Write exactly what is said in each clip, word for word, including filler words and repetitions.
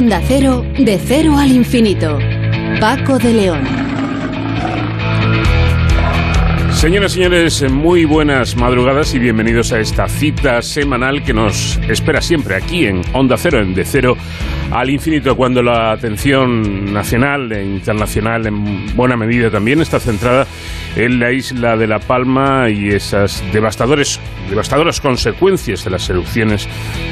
Onda Cero, de cero al infinito. Paco de León. Señoras y señores, muy buenas madrugadas y bienvenidos a esta cita semanal que nos espera siempre aquí en Onda Cero, en De Cero al Infinito, cuando la atención nacional e internacional en buena medida también está centrada en la isla de La Palma y esas devastadores, devastadoras consecuencias de las erupciones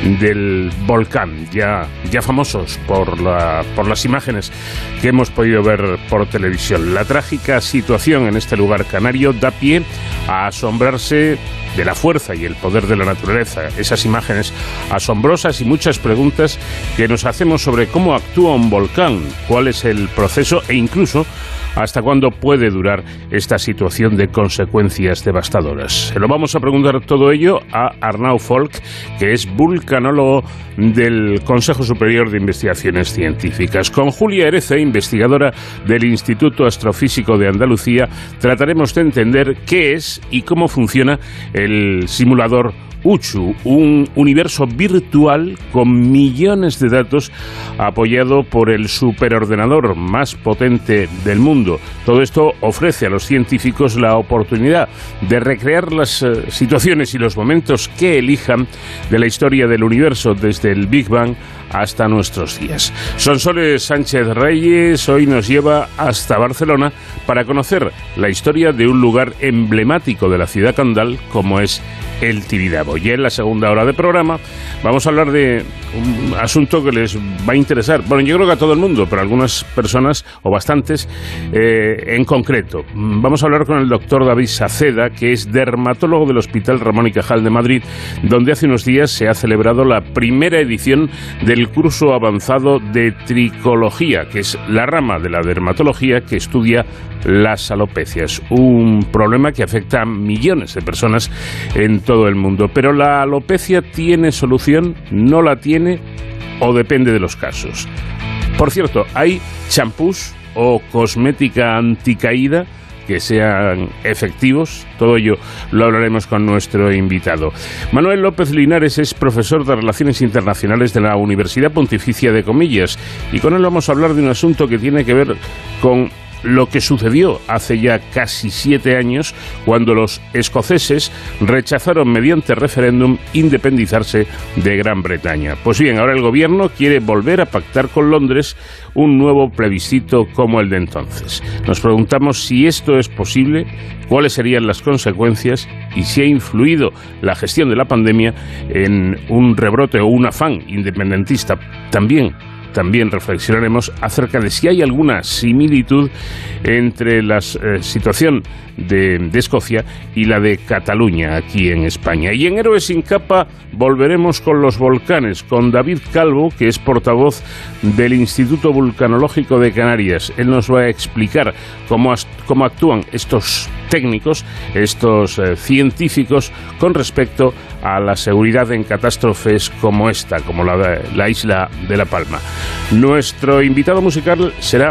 del volcán, ya, ya famosos por, la, por las imágenes que hemos podido ver por televisión. La trágica situación en este lugar canario da pie a asombrarse de la fuerza y el poder de la naturaleza, esas imágenes asombrosas y muchas preguntas que nos hacemos sobre cómo actúa un volcán, cuál es el proceso e incluso hasta cuándo puede durar esta situación de consecuencias devastadoras. Se lo vamos a preguntar todo ello a Arnau Folch, que es vulcanólogo del Consejo Superior de Investigaciones Científicas. Con Julia Erece, investigadora del Instituto Astrofísico de Andalucía, trataremos de entender qué es y cómo funciona el simulador Uchu, un universo virtual con millones de datos apoyado por el superordenador más potente del mundo. Todo esto ofrece a los científicos la oportunidad de recrear las uh, situaciones y los momentos que elijan de la historia del universo desde el Big Bang hasta nuestros días. Sonsoles Sánchez Reyes hoy nos lleva hasta Barcelona para conocer la historia de un lugar emblemático de la ciudad condal como es el Tibidabo. Y en la segunda hora de programa vamos a hablar de un asunto que les va a interesar. Bueno, yo creo que a todo el mundo, pero a algunas personas, o bastantes, eh, en concreto. Vamos a hablar con el doctor David Saceda, que es dermatólogo del Hospital Ramón y Cajal de Madrid, donde hace unos días se ha celebrado la primera edición del curso avanzado de tricología, que es la rama de la dermatología que estudia las alopecias, un problema que afecta a millones de personas en todo el mundo. Pero ¿la alopecia tiene solución? ¿No la tiene? ¿O depende de los casos? Por cierto, ¿hay champús o cosmética anticaída que sean efectivos? Todo ello lo hablaremos con nuestro invitado. Manuel López Linares es profesor de Relaciones Internacionales de la Universidad Pontificia de Comillas y con él vamos a hablar de un asunto que tiene que ver con lo que sucedió hace ya casi siete años cuando los escoceses rechazaron mediante referéndum independizarse de Gran Bretaña. Pues bien, ahora el gobierno quiere volver a pactar con Londres un nuevo plebiscito como el de entonces. Nos preguntamos si esto es posible, cuáles serían las consecuencias y si ha influido la gestión de la pandemia en un rebrote o un afán independentista. También También reflexionaremos acerca de si hay alguna similitud entre la eh, situación de, de Escocia y la de Cataluña aquí en España. Y en Héroes sin capa volveremos con los volcanes, con David Calvo, que es portavoz del Instituto Vulcanológico de Canarias. Él nos va a explicar cómo, cómo actúan estos técnicos, estos eh, científicos, con respecto a la seguridad en catástrofes como esta, como la, la isla de La Palma. Nuestro invitado musical será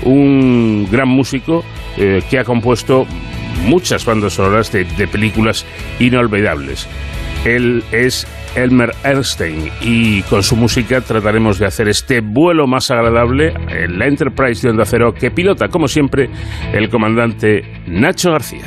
un gran músico eh, que ha compuesto muchas bandas sonoras de, de películas inolvidables. Él es Elmer Ernstein y con su música trataremos de hacer este vuelo más agradable en la Enterprise de Onda Cero que pilota, como siempre, el comandante Nacho García.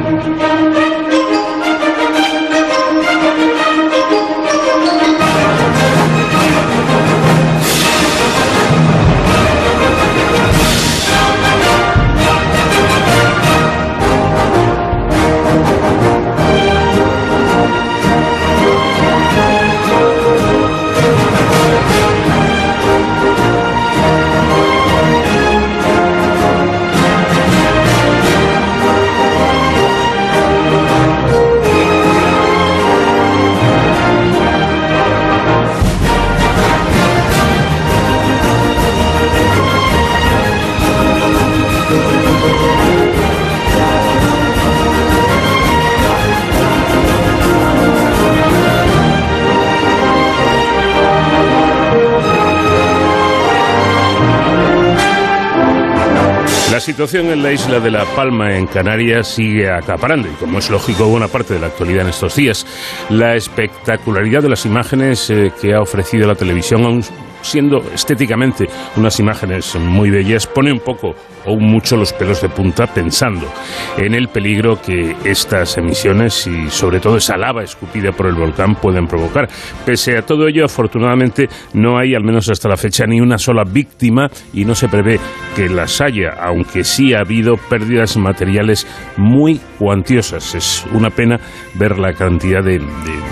La situación en la isla de La Palma, en Canarias, sigue acaparando, y como es lógico, buena parte de la actualidad en estos días. La espectacularidad de las imágenes eh, que ha ofrecido la televisión siendo estéticamente unas imágenes muy bellas, pone un poco o mucho los pelos de punta pensando en el peligro que estas emisiones y sobre todo esa lava escupida por el volcán pueden provocar. Pese a todo ello, afortunadamente no hay, al menos hasta la fecha, ni una sola víctima y no se prevé que las haya, aunque sí ha habido pérdidas materiales muy cuantiosas. Es una pena ver la cantidad de, de,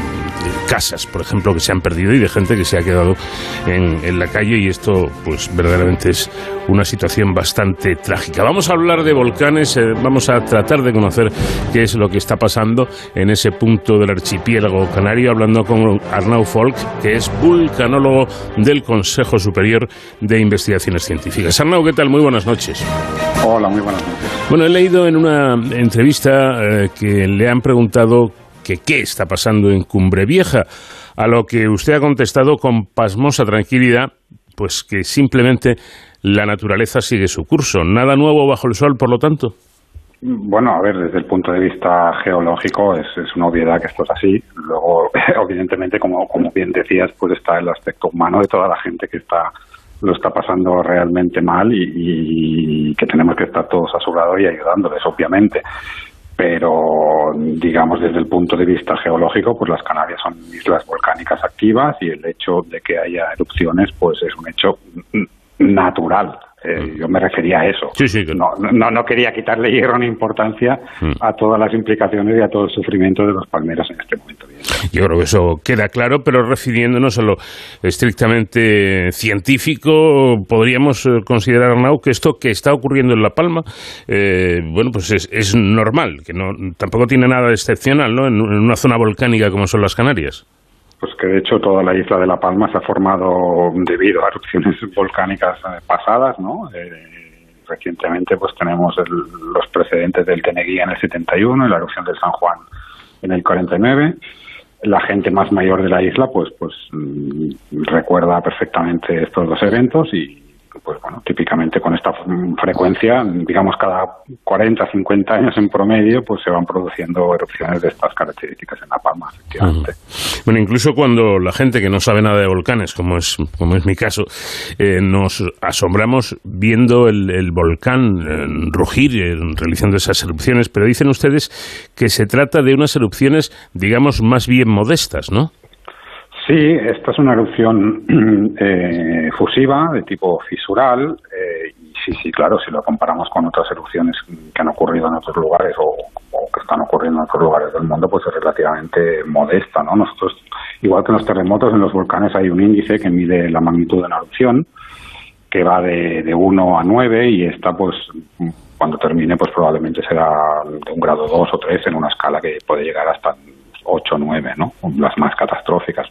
de casas, por ejemplo, que se han perdido y de gente que se ha quedado en, en la calle, y esto pues verdaderamente es una situación bastante trágica. Vamos a hablar de volcanes, eh, vamos a tratar de conocer qué es lo que está pasando en ese punto del archipiélago canario, hablando con Arnau Folch, que es vulcanólogo del Consejo Superior de Investigaciones Científicas. Arnau, ¿qué tal? Muy buenas noches. Hola, muy buenas noches. Bueno, he leído en una entrevista eh, que le han preguntado que qué está pasando en Cumbre Vieja, a lo que usted ha contestado con pasmosa tranquilidad, pues que simplemente la naturaleza sigue su curso. Nada nuevo bajo el sol, por lo tanto. Bueno, a ver, desde el punto de vista geológico es, es una obviedad que esto es así. Luego, evidentemente, como, como bien decías, pues está el aspecto humano de toda la gente que está lo está pasando realmente mal y, y que tenemos que estar todos a su lado y ayudándoles, obviamente. Pero, digamos, desde el punto de vista geológico, pues las Canarias son islas volcánicas activas y el hecho de que haya erupciones, pues es un hecho natural. Eh, yo me refería a eso. Sí, sí, que... no, no, no quería quitarle hierro ni importancia mm. a todas las implicaciones y a todo el sufrimiento de los palmeros en este momento. Yo creo que eso queda claro, pero refiriéndonos a lo estrictamente científico, podríamos considerar, Arnau, que esto que está ocurriendo en La Palma, eh, bueno, pues es, es normal, que no tampoco tiene nada de excepcional, ¿no? En, en una zona volcánica como son las Canarias. Pues que de hecho toda la isla de La Palma se ha formado debido a erupciones volcánicas pasadas, ¿no? Eh, recientemente pues tenemos el, los precedentes del Teneguía en el setenta y uno y la erupción del San Juan en el cuarenta y nueve. La gente más mayor de la isla pues pues mmm, recuerda perfectamente estos dos eventos y pues bueno, típicamente con esta frecuencia, digamos cada cuarenta, cincuenta años en promedio, pues se van produciendo erupciones de estas características en La Palma, efectivamente. Uh-huh. Bueno, incluso cuando la gente que no sabe nada de volcanes, como es como es mi caso, eh, nos asombramos viendo el, el volcán eh, rugir, eh, realizando esas erupciones, pero dicen ustedes que se trata de unas erupciones, digamos, más bien modestas, ¿no? Sí, esta es una erupción eh, fusiva, de tipo fisural, eh, y sí, sí, claro, si lo comparamos con otras erupciones que han ocurrido en otros lugares o, o que están ocurriendo en otros lugares del mundo, pues es relativamente modesta, ¿no? Nosotros, igual que en los terremotos, en los volcanes hay un índice que mide la magnitud de una erupción, que va de, de uno a nueve, y esta, pues, cuando termine, pues probablemente será de un grado dos o tres en una escala que puede llegar hasta ocho o nueve, ¿no? Las más catastróficas.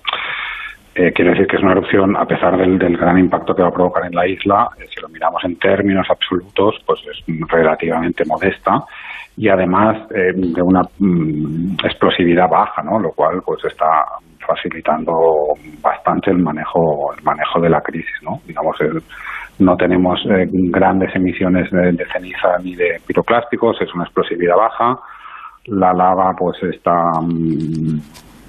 Eh, quiere decir que es una erupción, a pesar del, del gran impacto que va a provocar en la isla, eh, si lo miramos en términos absolutos, pues es relativamente modesta y además eh, de una mm, explosividad baja, ¿no? Lo cual pues está facilitando bastante el manejo el manejo de la crisis, ¿no? Digamos, el, no tenemos eh, grandes emisiones de, de ceniza ni de piroclásticos, es una explosividad baja. La lava pues está mmm,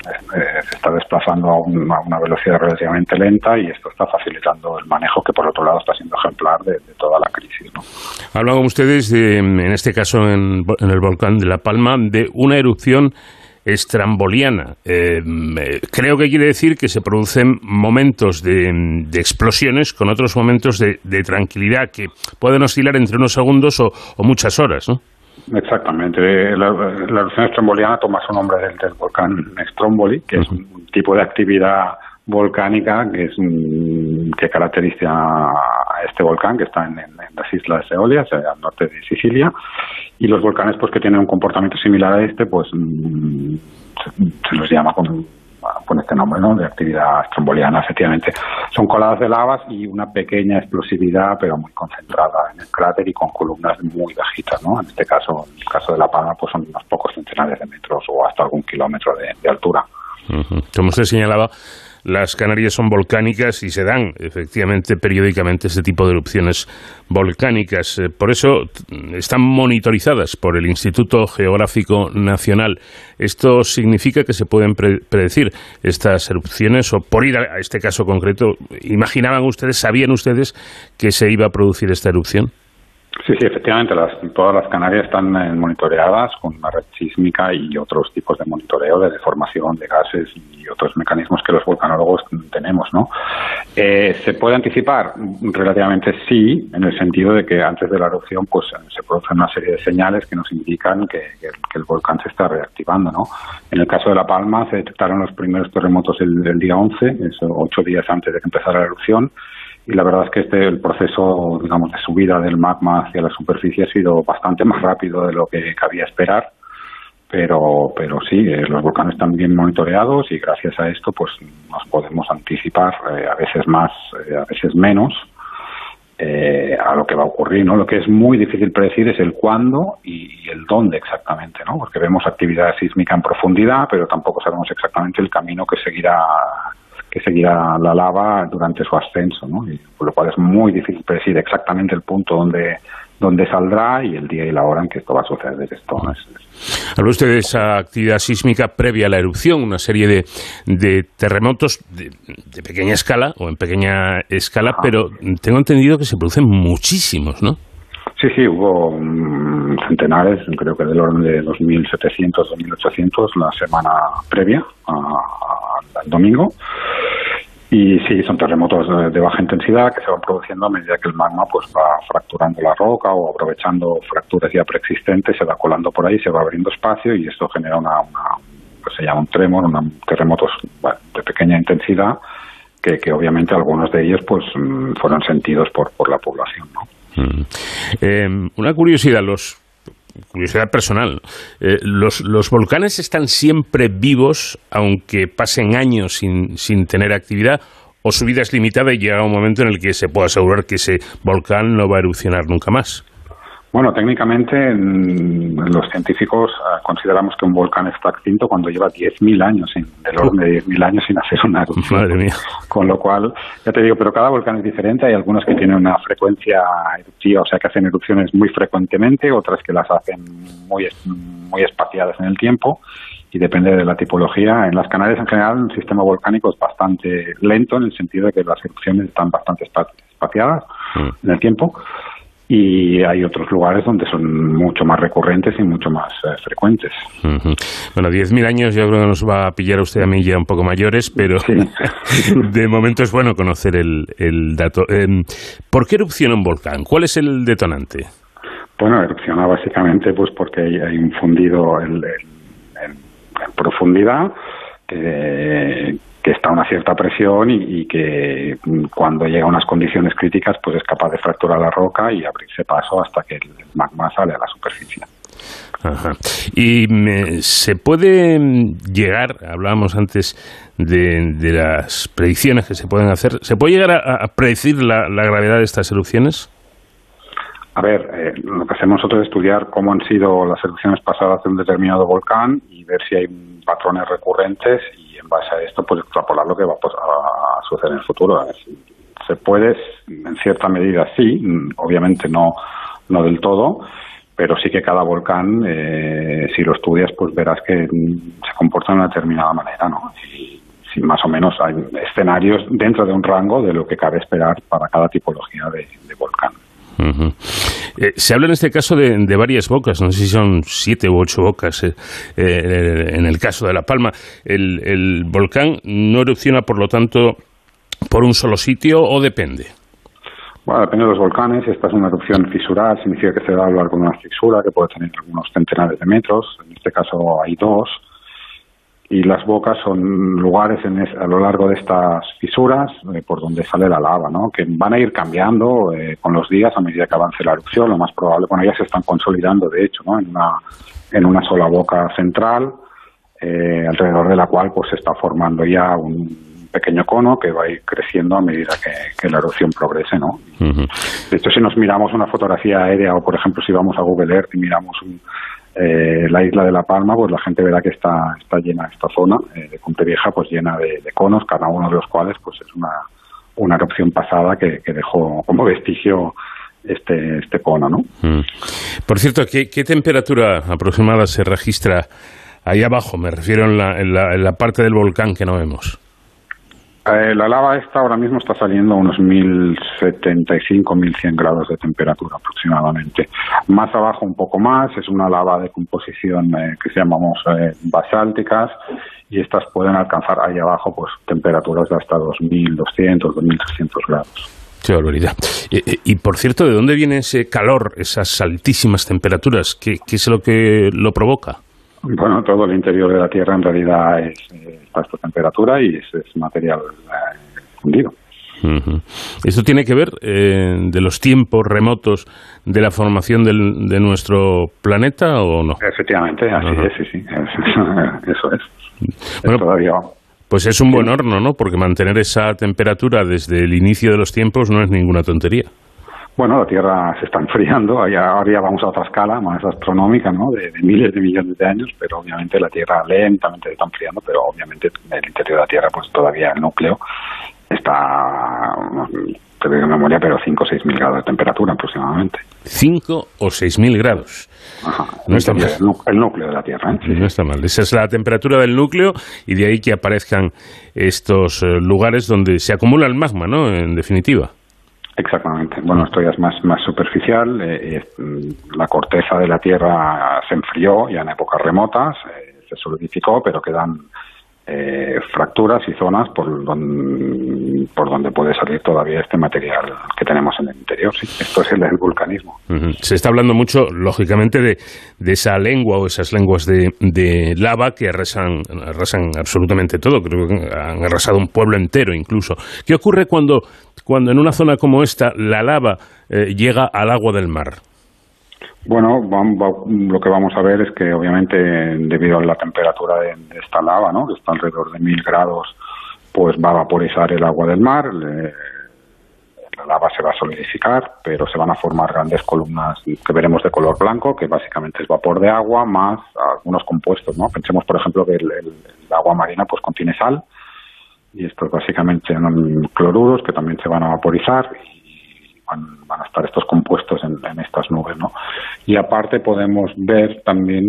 eh, se está desplazando a, un, a una velocidad relativamente lenta y esto está facilitando el manejo que por otro lado está siendo ejemplar de, de toda la crisis, ¿no? Hablan ustedes de, en este caso en, en el volcán de La Palma, de una erupción estramboliana. Eh, creo que quiere decir que se producen momentos de, de explosiones con otros momentos de, de tranquilidad que pueden oscilar entre unos segundos o, o muchas horas, ¿no? Exactamente. La, la erupción estramboliana toma su nombre del, del volcán Stromboli, que uh-huh. es un tipo de actividad volcánica que es un, que caracteriza a este volcán que está en, en, en las Islas Eolias, al norte de Sicilia, y los volcanes pues que tienen un comportamiento similar a este pues mmm, se, se los llama con, con este nombre, ¿no? De actividad stromboliana. Efectivamente son coladas de lavas y una pequeña explosividad pero muy concentrada en el cráter y con columnas muy bajitas, ¿no? En este caso, en el caso de La Palma, pues son unos pocos centenares de metros o hasta algún kilómetro de, de altura. Uh-huh. Como usted señalaba, las Canarias son volcánicas y se dan efectivamente periódicamente este tipo de erupciones volcánicas. Por eso están monitorizadas por el Instituto Geográfico Nacional. ¿Esto significa que se pueden pre- predecir estas erupciones? O por ir a este caso concreto, ¿imaginaban ustedes, sabían ustedes que se iba a producir esta erupción? Sí, sí, efectivamente, las, todas las Canarias están eh, monitoreadas con una red sísmica y otros tipos de monitoreo de deformación de gases y otros mecanismos que los vulcanólogos tenemos, ¿no? Eh, ¿Se puede anticipar? Relativamente sí, en el sentido de que antes de la erupción pues se producen una serie de señales que nos indican que, que, que el volcán se está reactivando, ¿no? En el caso de La Palma se detectaron los primeros terremotos el, el día once, eso, ocho días antes de que empezara la erupción. Y la verdad es que este el proceso, digamos, de subida del magma hacia la superficie ha sido bastante más rápido de lo que cabía esperar, pero pero sí, eh, los volcanes están bien monitoreados y gracias a esto pues nos podemos anticipar eh, a veces más, eh, a veces menos eh, a lo que va a ocurrir, ¿no? Lo que es muy difícil predecir es el cuándo y, y el dónde exactamente, ¿no? Porque vemos actividad sísmica en profundidad, pero tampoco sabemos exactamente el camino que seguirá que seguirá la lava durante su ascenso, ¿no? Y por lo cual es muy difícil predecir exactamente el punto donde, donde saldrá y el día y la hora en que esto va a suceder. Esto es... Habla usted de esa actividad sísmica previa a la erupción, una serie de, de terremotos de, de pequeña escala o en pequeña escala, ah. pero tengo entendido que se producen muchísimos, ¿no? Sí, sí, hubo um, centenares, creo que del orden de dos mil setecientos, dos mil ochocientos la semana previa al domingo. Y sí, son terremotos de, de baja intensidad que se van produciendo a medida que el magma pues va fracturando la roca o aprovechando fracturas ya preexistentes, se va colando por ahí, se va abriendo espacio y esto genera una, una pues se llama un tremor, una, terremotos bueno, de pequeña intensidad que, que obviamente algunos de ellos pues fueron sentidos por, por la población, ¿no? Mm. Eh, una curiosidad, los curiosidad personal, eh, los, los volcanes están siempre vivos aunque pasen años sin, sin tener actividad, o su vida es limitada y llega un momento en el que se puede asegurar que ese volcán no va a erupcionar nunca más. Bueno, técnicamente los científicos consideramos que un volcán está extinto cuando lleva diez mil años, sin, del orden de diez mil años sin hacer una erupción. Madre mía. Con lo cual, ya te digo, pero cada volcán es diferente. Hay algunos que tienen una frecuencia eruptiva, o sea, que hacen erupciones muy frecuentemente, otras que las hacen muy, muy espaciadas en el tiempo, y depende de la tipología. En las Canarias, en general, el sistema volcánico es bastante lento, en el sentido de que las erupciones están bastante espaciadas mm. en el tiempo. Y hay otros lugares donde son mucho más recurrentes y mucho más eh, frecuentes. Uh-huh. Bueno, diez mil años yo creo que nos va a pillar a usted a mí ya un poco mayores, pero sí. De momento es bueno conocer el, el dato. Eh, ¿Por qué erupciona un volcán? ¿Cuál es el detonante? Bueno, erupciona básicamente pues porque hay, hay un fundido en, en, en profundidad que... que está a una cierta presión y, y que cuando llega a unas condiciones críticas pues es capaz de fracturar la roca y abrirse paso hasta que el magma sale a la superficie. Ajá. Y me, se puede llegar, hablábamos antes de, de las predicciones que se pueden hacer, ¿se puede llegar a, a predecir la, la gravedad de estas erupciones? A ver, eh, lo que hacemos nosotros es estudiar cómo han sido las erupciones pasadas de un determinado volcán y ver si hay patrones recurrentes y en base a esto pues extrapolar lo que va pues, a suceder en el futuro. Se puede, en cierta medida sí, obviamente no, no del todo, pero sí que cada volcán, eh, si lo estudias, pues verás que se comporta de una determinada manera, ¿no? Y si más o menos hay escenarios dentro de un rango de lo que cabe esperar para cada tipología de, de volcán. Uh-huh. Eh, se habla en este caso de, de varias bocas, no sé si son siete u ocho bocas. Eh, eh, en el caso de La Palma, el, el volcán no erupciona, por lo tanto, por un solo sitio, ¿o depende? Bueno, depende de los volcanes. Esta es una erupción fisural, significa que se da a lo largo de una fisura que puede tener algunos centenares de metros. En este caso hay dos. Y las bocas son lugares en es, a lo largo de estas fisuras eh, por donde sale la lava, ¿no? Que van a ir cambiando eh, con los días a medida que avance la erupción. Lo más probable, bueno, ya se están consolidando, de hecho, ¿no? En una, en una sola boca central, eh, alrededor de la cual pues se está formando ya un pequeño cono que va a ir creciendo a medida que, que la erupción progrese, ¿no? Uh-huh. De hecho, si nos miramos una fotografía aérea o, por ejemplo, si vamos a Google Earth y miramos un eh, la isla de La Palma, pues la gente verá que está está llena esta zona eh, de Cumbre Vieja, pues llena de, de conos, cada uno de los cuales pues es una una erupción pasada que, que dejó como vestigio este este cono, ¿no? Mm. Por cierto, ¿qué, qué temperatura aproximada se registra ahí abajo? Me refiero en la, en la, en la parte del volcán que no vemos. Eh, la lava esta ahora mismo está saliendo a unos mil setenta y cinco, mil cien grados de temperatura aproximadamente. Más abajo un poco más, es una lava de composición eh, que se llamamos eh, basálticas, y estas pueden alcanzar ahí abajo pues temperaturas de hasta dos mil doscientos, dos mil trescientos grados. Qué barbaridad. Y, y, por cierto, ¿de dónde viene ese calor, esas altísimas temperaturas? ¿Qué, qué es lo que lo provoca? Bueno, todo el interior de la Tierra en realidad es, está a esta temperatura y es, es material eh, fundido. Uh-huh. ¿Esto tiene que ver eh, de los tiempos remotos de la formación del, de nuestro planeta o no? Efectivamente, así uh-huh. es, sí, sí, eso es. Bueno, es todavía... pues es un buen horno, ¿no? Porque mantener esa temperatura desde el inicio de los tiempos no es ninguna tontería. Bueno, la Tierra se está enfriando, ahora ya vamos a otra escala más astronómica, ¿no? De, de miles de millones de años, pero obviamente la Tierra lentamente se está enfriando, pero obviamente el interior de la Tierra, pues todavía el núcleo está, no te doy memoria, pero cinco o seis mil grados de temperatura aproximadamente. cinco o seis mil grados. Ajá, no está mal. El núcleo de la Tierra, ¿eh? Sí. No está mal. Esa es la temperatura del núcleo y de ahí que aparezcan estos lugares donde se acumula el magma, ¿no? En definitiva. Exactamente. Bueno, esto ya es más, más superficial. Eh, eh, la corteza de la Tierra se enfrió ya en épocas remotas, eh, se solidificó, pero quedan eh, fracturas y zonas por donde, por donde puede salir todavía este material que tenemos en el interior. Sí, esto es el, el vulcanismo. Uh-huh. Se está hablando mucho, lógicamente, de, de esa lengua o esas lenguas de, de lava que arrasan, arrasan absolutamente todo. Creo que han arrasado un pueblo entero incluso. ¿Qué ocurre cuando... cuando en una zona como esta la lava eh, llega al agua del mar? Bueno, lo que vamos a ver es que obviamente debido a la temperatura de esta lava, ¿no?, que está alrededor de mil grados, pues va a vaporizar el agua del mar, le, la lava se va a solidificar, pero se van a formar grandes columnas que veremos de color blanco, que básicamente es vapor de agua más algunos compuestos, ¿no? Pensemos, por ejemplo, que el, el, el agua marina pues contiene sal, y estos básicamente son cloruros que también se van a vaporizar y van, van a estar estos compuestos en, en estas nubes, ¿no? Y aparte podemos ver también,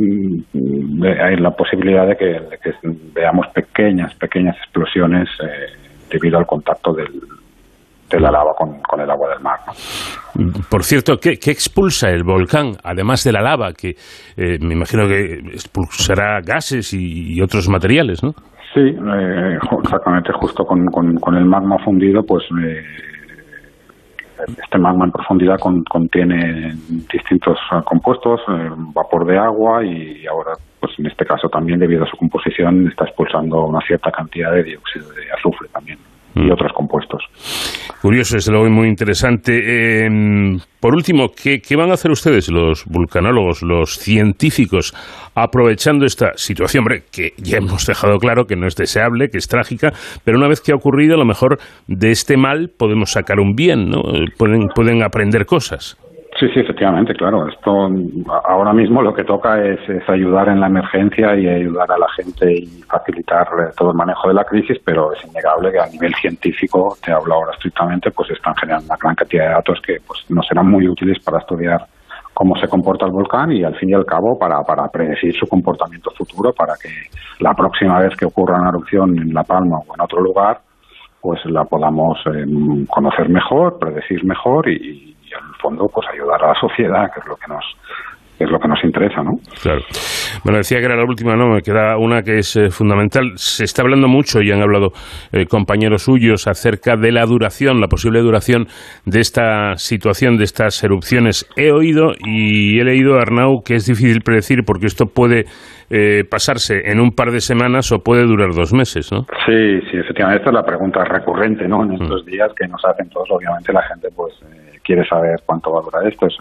hay la posibilidad de que, de que veamos pequeñas, pequeñas explosiones eh, debido al contacto del, de la lava con, con el agua del mar, ¿no? Por cierto, ¿qué, qué expulsa el volcán, además de la lava, que eh, me imagino que expulsará gases y, y otros materiales, ¿no? Sí, eh, exactamente, justo con, con, con el magma fundido, pues eh, este magma en profundidad con, contiene distintos uh, compuestos, eh, vapor de agua y ahora, pues en este caso también debido a su composición, está expulsando una cierta cantidad de dióxido de azufre también y mm. otros compuestos. Curioso, es algo muy interesante. Eh, por último, ¿qué, ¿qué van a hacer ustedes, los vulcanólogos, los científicos, aprovechando esta situación, hombre, que ya hemos dejado claro que no es deseable, que es trágica, pero una vez que ha ocurrido, a lo mejor de este mal podemos sacar un bien, ¿no? Pueden, pueden aprender cosas. Sí, sí, efectivamente, claro. Esto ahora mismo lo que toca es, es ayudar en la emergencia y ayudar a la gente y facilitar todo el manejo de la crisis, pero es innegable que a nivel científico, te hablo ahora estrictamente, pues están generando una gran cantidad de datos que pues no serán muy útiles para estudiar cómo se comporta el volcán y al fin y al cabo para, para predecir su comportamiento futuro, para que la próxima vez que ocurra una erupción en La Palma o en otro lugar, pues la podamos eh, conocer mejor, predecir mejor y y en el fondo pues ayudar a la sociedad, que es lo que nos que es lo que nos interesa, ¿no? Claro. Bueno, decía que era la última, ¿no? Me queda una que es eh, fundamental. Se está hablando mucho y han hablado eh, compañeros suyos acerca de la duración, la posible duración de esta situación, de estas erupciones. He oído y he leído, Arnau, que es difícil predecir porque esto puede eh, pasarse en un par de semanas o puede durar dos meses, ¿no? Sí, sí, efectivamente. Esta es la pregunta recurrente, ¿no? En estos mm. días que nos hacen todos, obviamente la gente pues eh, quiere saber cuánto va a durar esto.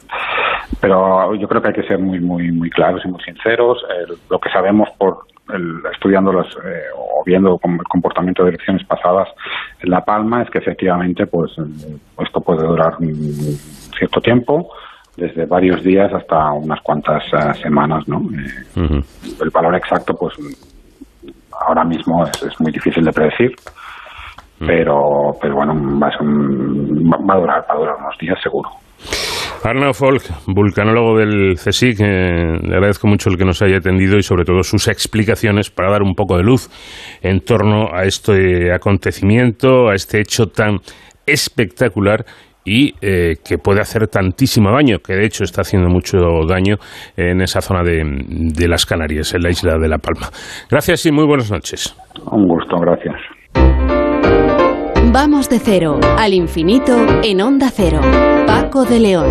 Pero yo creo que hay que ser muy muy muy claros y muy sinceros. Eh, lo que sabemos por el, estudiando las, eh, o viendo el comportamiento de erupciones pasadas en La Palma es que efectivamente pues esto puede durar un cierto tiempo. desde varios días hasta unas cuantas uh, semanas, ¿no? Eh, uh-huh. El valor exacto, pues ahora mismo es, es muy difícil de predecir, uh-huh. pero, pero bueno, va a, ser un, va a durar, va a durar unos días seguro. Arnau Folch, vulcanólogo del CSIC, eh, le agradezco mucho el que nos haya atendido y sobre todo sus explicaciones para dar un poco de luz en torno a este acontecimiento, a este hecho tan espectacular y eh, que puede hacer tantísimo daño, que de hecho está haciendo mucho daño en esa zona de, de las Canarias, en la isla de La Palma. Gracias y muy buenas noches. Un gusto, gracias. Vamos de cero al infinito en Onda Cero. Paco de León.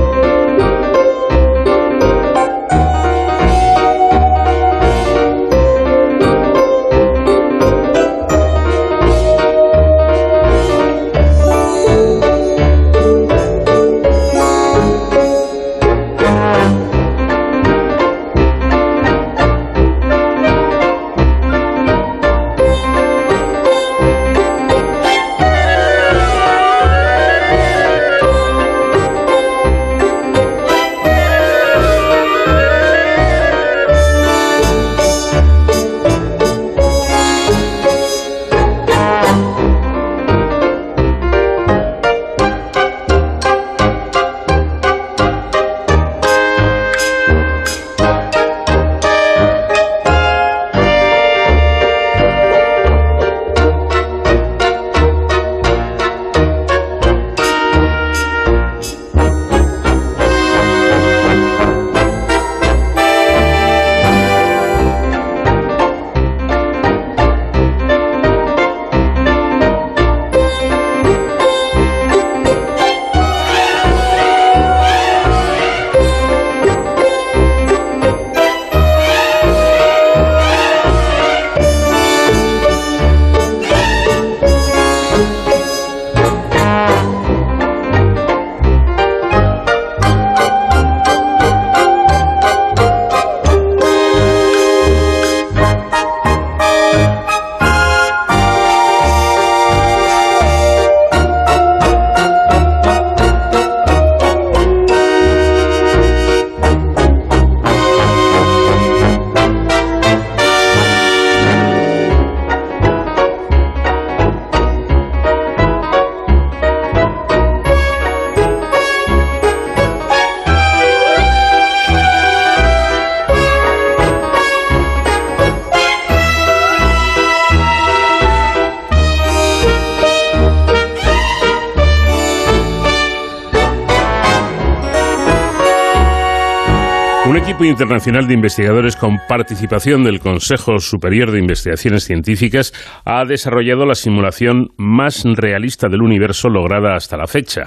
Un equipo internacional de investigadores con participación del Consejo Superior de Investigaciones Científicas ha desarrollado la simulación más realista del universo lograda hasta la fecha.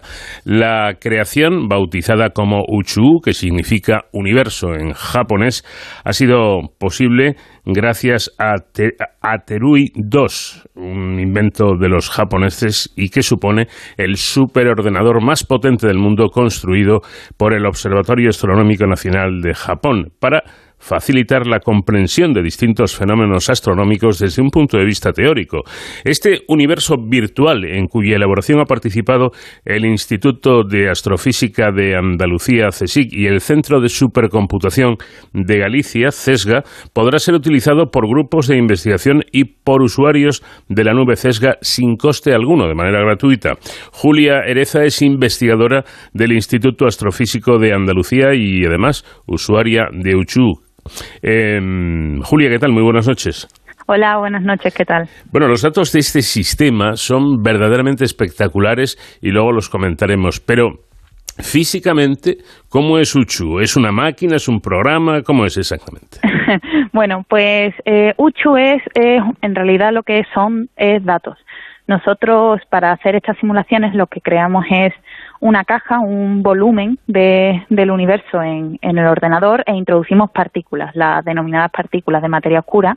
La creación, bautizada como Uchu, que significa universo en japonés, ha sido posible gracias a, Te- a Terui dos, un invento de los japoneses y que supone el superordenador más potente del mundo construido por el Observatorio Astronómico Nacional de Japón para facilitar la comprensión de distintos fenómenos astronómicos desde un punto de vista teórico. Este universo virtual, en cuya elaboración ha participado el Instituto de Astrofísica de Andalucía, CSIC, y el Centro de Supercomputación de Galicia, CESGA, podrá ser utilizado por grupos de investigación y por usuarios de la nube CESGA sin coste alguno, de manera gratuita. Julia Ereza es investigadora del Instituto Astrofísico de Andalucía y, además, usuaria de Uchu. Eh, Julia, ¿qué tal? Muy buenas noches. Hola, buenas noches, ¿qué tal? Bueno, los datos de este sistema son verdaderamente espectaculares y luego los comentaremos, pero físicamente, ¿cómo es Uchu? ¿Es una máquina? ¿Es un programa? ¿Cómo es exactamente? Bueno, pues eh, Uchu es, es, en realidad lo que son es datos. Nosotros, para hacer estas simulaciones, lo que creamos es una caja, un volumen de, del universo en, en el ordenador e introducimos partículas, las denominadas partículas de materia oscura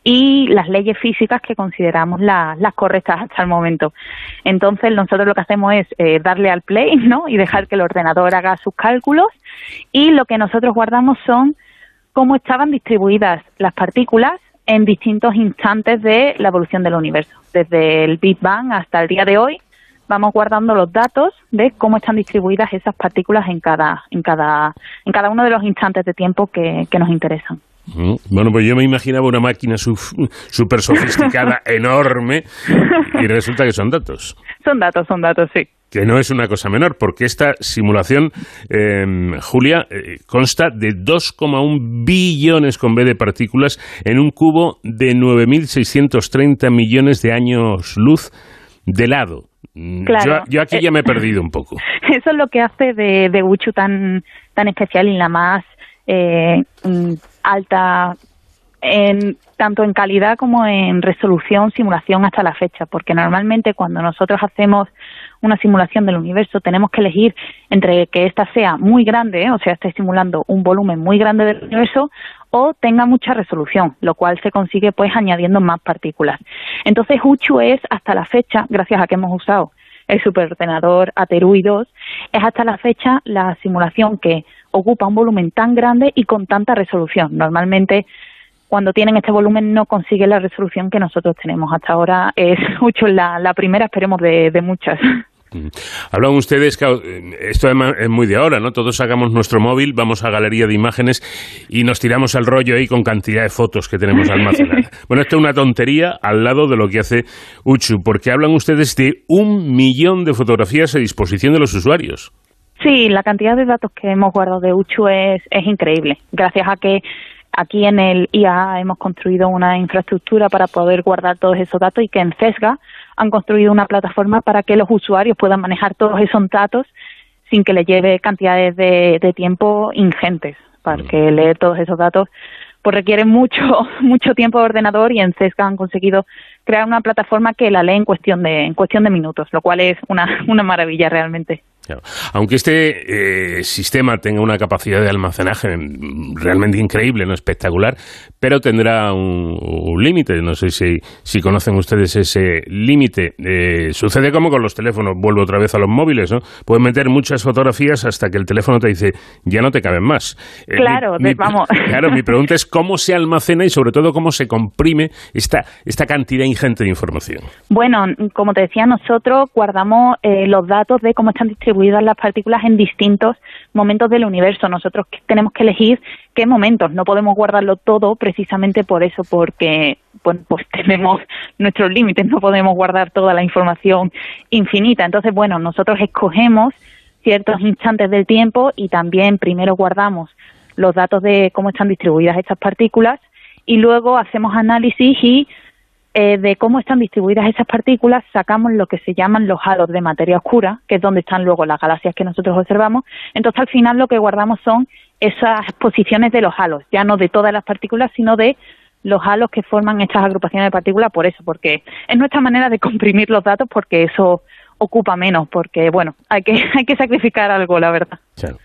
y las leyes físicas que consideramos la, las correctas hasta el momento. Entonces, nosotros lo que hacemos es eh, darle al play, ¿no?, y dejar que el ordenador haga sus cálculos, y lo que nosotros guardamos son cómo estaban distribuidas las partículas en distintos instantes de la evolución del universo, desde el Big Bang hasta el día de hoy. vamos guardando los datos de cómo están distribuidas esas partículas en cada, en cada, en cada uno de los instantes de tiempo que, que nos interesan. Bueno, pues yo me imaginaba una máquina súper sofisticada, enorme, y resulta que son datos. Son datos, son datos, sí. Que no es una cosa menor, porque esta simulación, eh, Julia, eh, consta de dos coma uno billones con B de partículas en un cubo de nueve mil seiscientos treinta millones de años luz de lado. Claro. Yo, yo aquí ya me he perdido un poco. Eso es lo que hace de, de Uchu tan, tan especial y la más eh, alta, en, tanto en calidad como en resolución, simulación hasta la fecha, porque normalmente cuando nosotros hacemos una simulación del universo tenemos que elegir entre que ésta sea muy grande, ¿eh? O sea, esté simulando un volumen muy grande del universo, o tenga mucha resolución, lo cual se consigue pues añadiendo más partículas. Entonces Uchu es hasta la fecha, gracias a que hemos usado el superordenador Aterui dos, es hasta la fecha la simulación que ocupa un volumen tan grande y con tanta resolución. Normalmente cuando tienen este volumen no consiguen la resolución que nosotros tenemos. Hasta ahora es Uchu la, la primera, esperemos, de, de muchas. Hablan ustedes, que esto es muy de ahora, ¿no? Todos sacamos nuestro móvil, vamos a galería de imágenes y nos tiramos al rollo ahí con cantidad de fotos que tenemos almacenadas. Bueno, esto es una tontería al lado de lo que hace Uchu, porque hablan ustedes de un millón de fotografías a disposición de los usuarios. Sí, la cantidad de datos que hemos guardado de Uchu es, es increíble, gracias a que aquí en el I A A hemos construido una infraestructura para poder guardar todos esos datos y que en CESGA han construido una plataforma para que los usuarios puedan manejar todos esos datos sin que les lleve cantidades de, de tiempo ingentes, porque leer todos esos datos pues requiere mucho mucho tiempo de ordenador y en CESGA han conseguido crear una plataforma que la lee en cuestión de en cuestión de minutos, lo cual es una, una maravilla realmente. Claro. Aunque este eh, sistema tenga una capacidad de almacenaje realmente increíble, no espectacular, pero tendrá un, un límite. No sé si, si conocen ustedes ese límite. Eh, sucede como con los teléfonos, vuelvo otra vez a los móviles, ¿no? Puedes meter muchas fotografías hasta que el teléfono te dice, ya no te caben más. Eh, claro, mi, mi, vamos. Claro, mi pregunta es cómo se almacena y sobre todo cómo se comprime esta, esta cantidad ingente de información. Bueno, como te decía, nosotros guardamos eh, los datos de cómo están distribuidas las partículas en distintos momentos del universo. Nosotros tenemos que elegir qué momentos. No podemos guardarlo todo precisamente por eso, porque bueno, pues tenemos nuestros límites, no podemos guardar toda la información infinita. Entonces, bueno, nosotros escogemos ciertos instantes del tiempo y también primero guardamos los datos de cómo están distribuidas estas partículas y luego hacemos análisis y Eh, de cómo están distribuidas esas partículas, sacamos lo que se llaman los halos de materia oscura, que es donde están luego las galaxias que nosotros observamos. Entonces, al final, lo que guardamos son esas posiciones de los halos, ya no de todas las partículas, sino de los halos que forman estas agrupaciones de partículas, por eso, porque es nuestra manera de comprimir los datos, porque eso ocupa menos, porque, bueno, hay que hay que sacrificar algo, la verdad. Claro.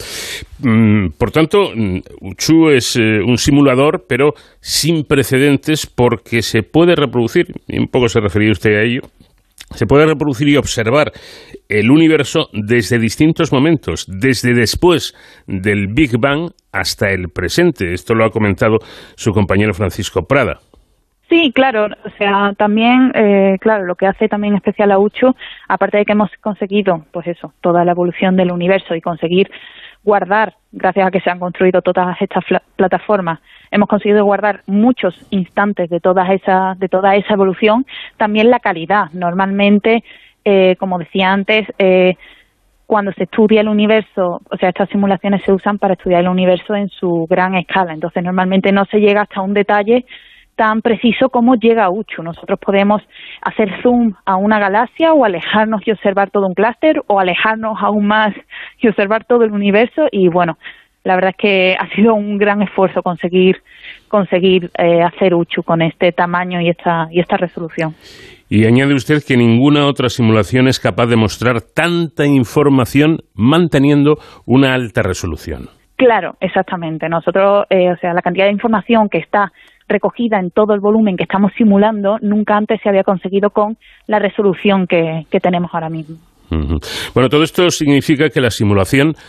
Mm, por tanto, Uchu es eh, un simulador, pero sin precedentes, porque se puede reproducir, y un poco se refería usted a ello, se puede reproducir y observar el universo desde distintos momentos, desde después del Big Bang hasta el presente. Esto lo ha comentado su compañero Francisco Prada. Sí, claro, o sea, también, eh, claro, lo que hace también especial a Uchu, aparte de que hemos conseguido, pues eso, toda la evolución del universo y conseguir guardar, gracias a que se han construido todas estas plataformas, hemos conseguido guardar muchos instantes de todas esas, de toda esa evolución, también la calidad. Normalmente, eh, como decía antes, eh, cuando se estudia el universo, o sea, estas simulaciones se usan para estudiar el universo en su gran escala, entonces normalmente no se llega hasta un detalle tan preciso como llega Uchu. Nosotros podemos hacer zoom a una galaxia o alejarnos y observar todo un clúster o alejarnos aún más y observar todo el universo y bueno, la verdad es que ha sido un gran esfuerzo conseguir conseguir eh, hacer Uchu con este tamaño y esta y esta resolución. Y añade usted que ninguna otra simulación es capaz de mostrar tanta información manteniendo una alta resolución. Claro, exactamente. Nosotros, eh, o sea, la cantidad de información que está recogida en todo el volumen que estamos simulando nunca antes se había conseguido con la resolución que, que tenemos ahora mismo. Uh-huh. Bueno, todo esto significa que la simulación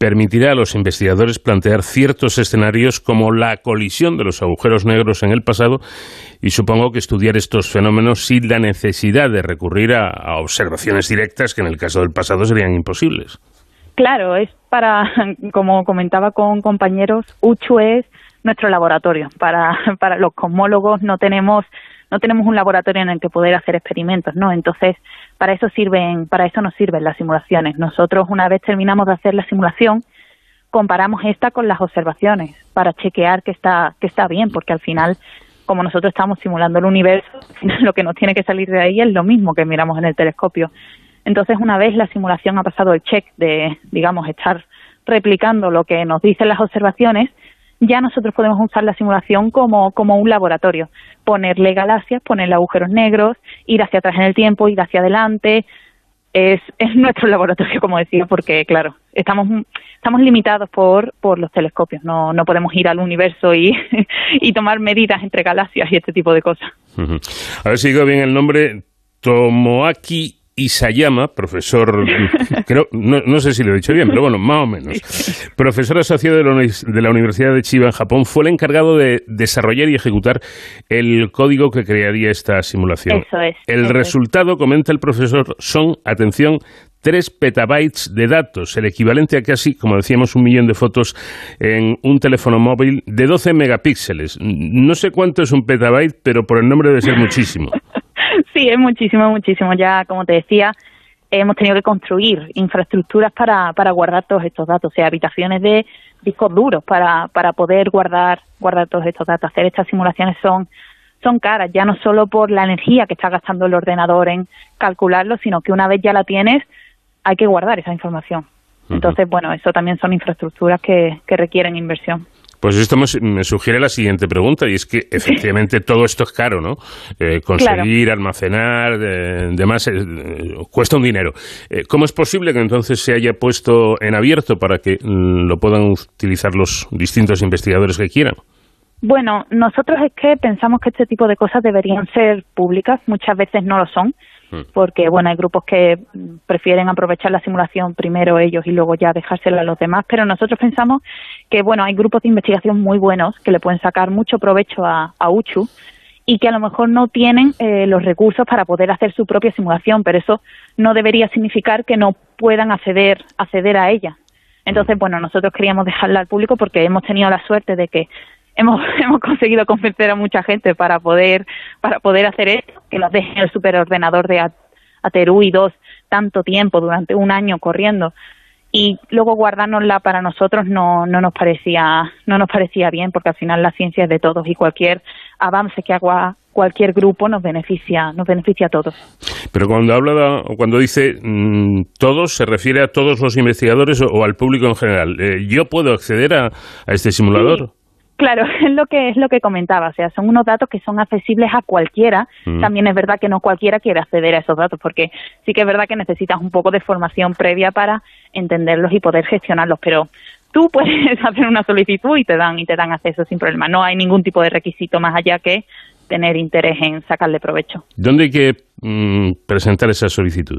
permitirá a los investigadores plantear ciertos escenarios como la colisión de los agujeros negros en el pasado y supongo que estudiar estos fenómenos sin la necesidad de recurrir a, a observaciones directas que en el caso del pasado serían imposibles. Claro, es para, como comentaba con compañeros, UCHU es nuestro laboratorio. Para, para los cosmólogos no tenemos no tenemos un laboratorio en el que poder hacer experimentos, ¿no? Entonces, para eso sirven, para eso nos sirven las simulaciones. Nosotros, una vez terminamos de hacer la simulación, comparamos esta con las observaciones para chequear que está que está bien, porque al final, como nosotros estamos simulando el universo, lo que nos tiene que salir de ahí es lo mismo que miramos en el telescopio. Entonces, una vez la simulación ha pasado el check de, digamos, estar replicando lo que nos dicen las observaciones, ya nosotros podemos usar la simulación como, como un laboratorio. Ponerle galaxias, ponerle agujeros negros, ir hacia atrás en el tiempo, ir hacia adelante. Es, es nuestro laboratorio, como decía, porque, claro, estamos estamos limitados por, por los telescopios. No, no podemos ir al universo y, y tomar medidas entre galaxias y este tipo de cosas. Uh-huh. A ver si digo bien el nombre. Tomoaki Isayama, profesor, creo, no, no sé si lo he dicho bien, pero bueno, más o menos, profesor asociado de la, de la Universidad de Chiba en Japón, fue el encargado de desarrollar y ejecutar el código que crearía esta simulación. Eso es. El eso resultado, es. comenta el profesor, son, atención, tres petabytes de datos, el equivalente a casi, como decíamos, un millón de fotos en un teléfono móvil de doce megapíxeles. No sé cuánto es un petabyte, pero por el nombre debe ser muchísimo. Sí, es muchísimo, muchísimo. Ya, como te decía, hemos tenido que construir infraestructuras para, para guardar todos estos datos, o sea, habitaciones de discos duros para, para poder guardar, guardar todos estos datos. Hacer estas simulaciones son, son caras, ya no solo por la energía que está gastando el ordenador en calcularlo, sino que una vez ya la tienes, hay que guardar esa información. Entonces, bueno, eso también son infraestructuras que, que requieren inversión. Pues esto me sugiere la siguiente pregunta, y es que efectivamente todo esto es caro, ¿no? Eh, conseguir, claro. almacenar, de, demás, eh, cuesta un dinero. Eh, ¿Cómo es posible que entonces se haya puesto en abierto para que mm, lo puedan utilizar los distintos investigadores que quieran? Bueno, nosotros es que pensamos que este tipo de cosas deberían ser públicas, muchas veces no lo son, porque bueno, hay grupos que prefieren aprovechar la simulación primero ellos y luego ya dejársela a los demás, pero nosotros pensamos que bueno, hay grupos de investigación muy buenos que le pueden sacar mucho provecho a, a UCHU y que a lo mejor no tienen eh, los recursos para poder hacer su propia simulación, pero eso no debería significar que no puedan acceder, acceder a ella. Entonces, bueno, nosotros queríamos dejarla al público porque hemos tenido la suerte de que Hemos, hemos conseguido convencer a mucha gente para poder para poder hacer esto, que nos dejen el superordenador de Aterui dos tanto tiempo, durante un año corriendo, y luego guardárnosla para nosotros no no nos parecía no nos parecía bien, porque al final la ciencia es de todos y cualquier avance que haga cualquier grupo nos beneficia nos beneficia a todos. Pero cuando habla cuando dice mmm, todos, ¿se refiere a todos los investigadores o, o al público en general? Eh, ¿Yo puedo acceder a, a este simulador? Sí. Claro, es lo que es lo que comentaba, o sea, son unos datos que son accesibles a cualquiera. Mm. También es verdad que no cualquiera quiere acceder a esos datos, porque sí que es verdad que necesitas un poco de formación previa para entenderlos y poder gestionarlos, pero tú puedes hacer una solicitud y te dan y te dan acceso sin problema. No hay ningún tipo de requisito más allá que tener interés en sacarle provecho. ¿Dónde hay que mm, presentar esa solicitud?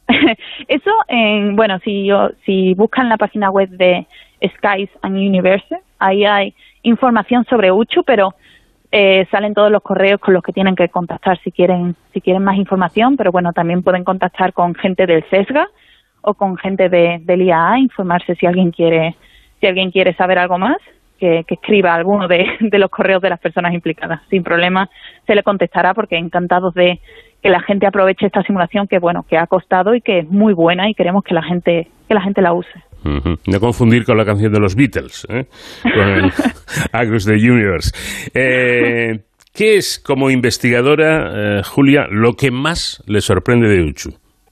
Eso, en, bueno, si yo, si buscan la página web de Skies and Universe, ahí hay información sobre UCHU, pero eh, salen todos los correos con los que tienen que contactar si quieren si quieren más información, pero bueno, también pueden contactar con gente del CESGA o con gente de, del I A A, informarse si alguien quiere si alguien quiere saber algo más, que, que escriba alguno de, de los correos de las personas implicadas. Sin problema se le contestará, porque encantados de que la gente aproveche esta simulación que bueno que ha costado y que es muy buena y queremos que la gente que la gente la use. Uh-huh. No confundir con la canción de los Beatles, ¿eh? Con el Across the Universe. Eh, ¿Qué es, como investigadora, eh, Julia, lo que más le sorprende de UCHU?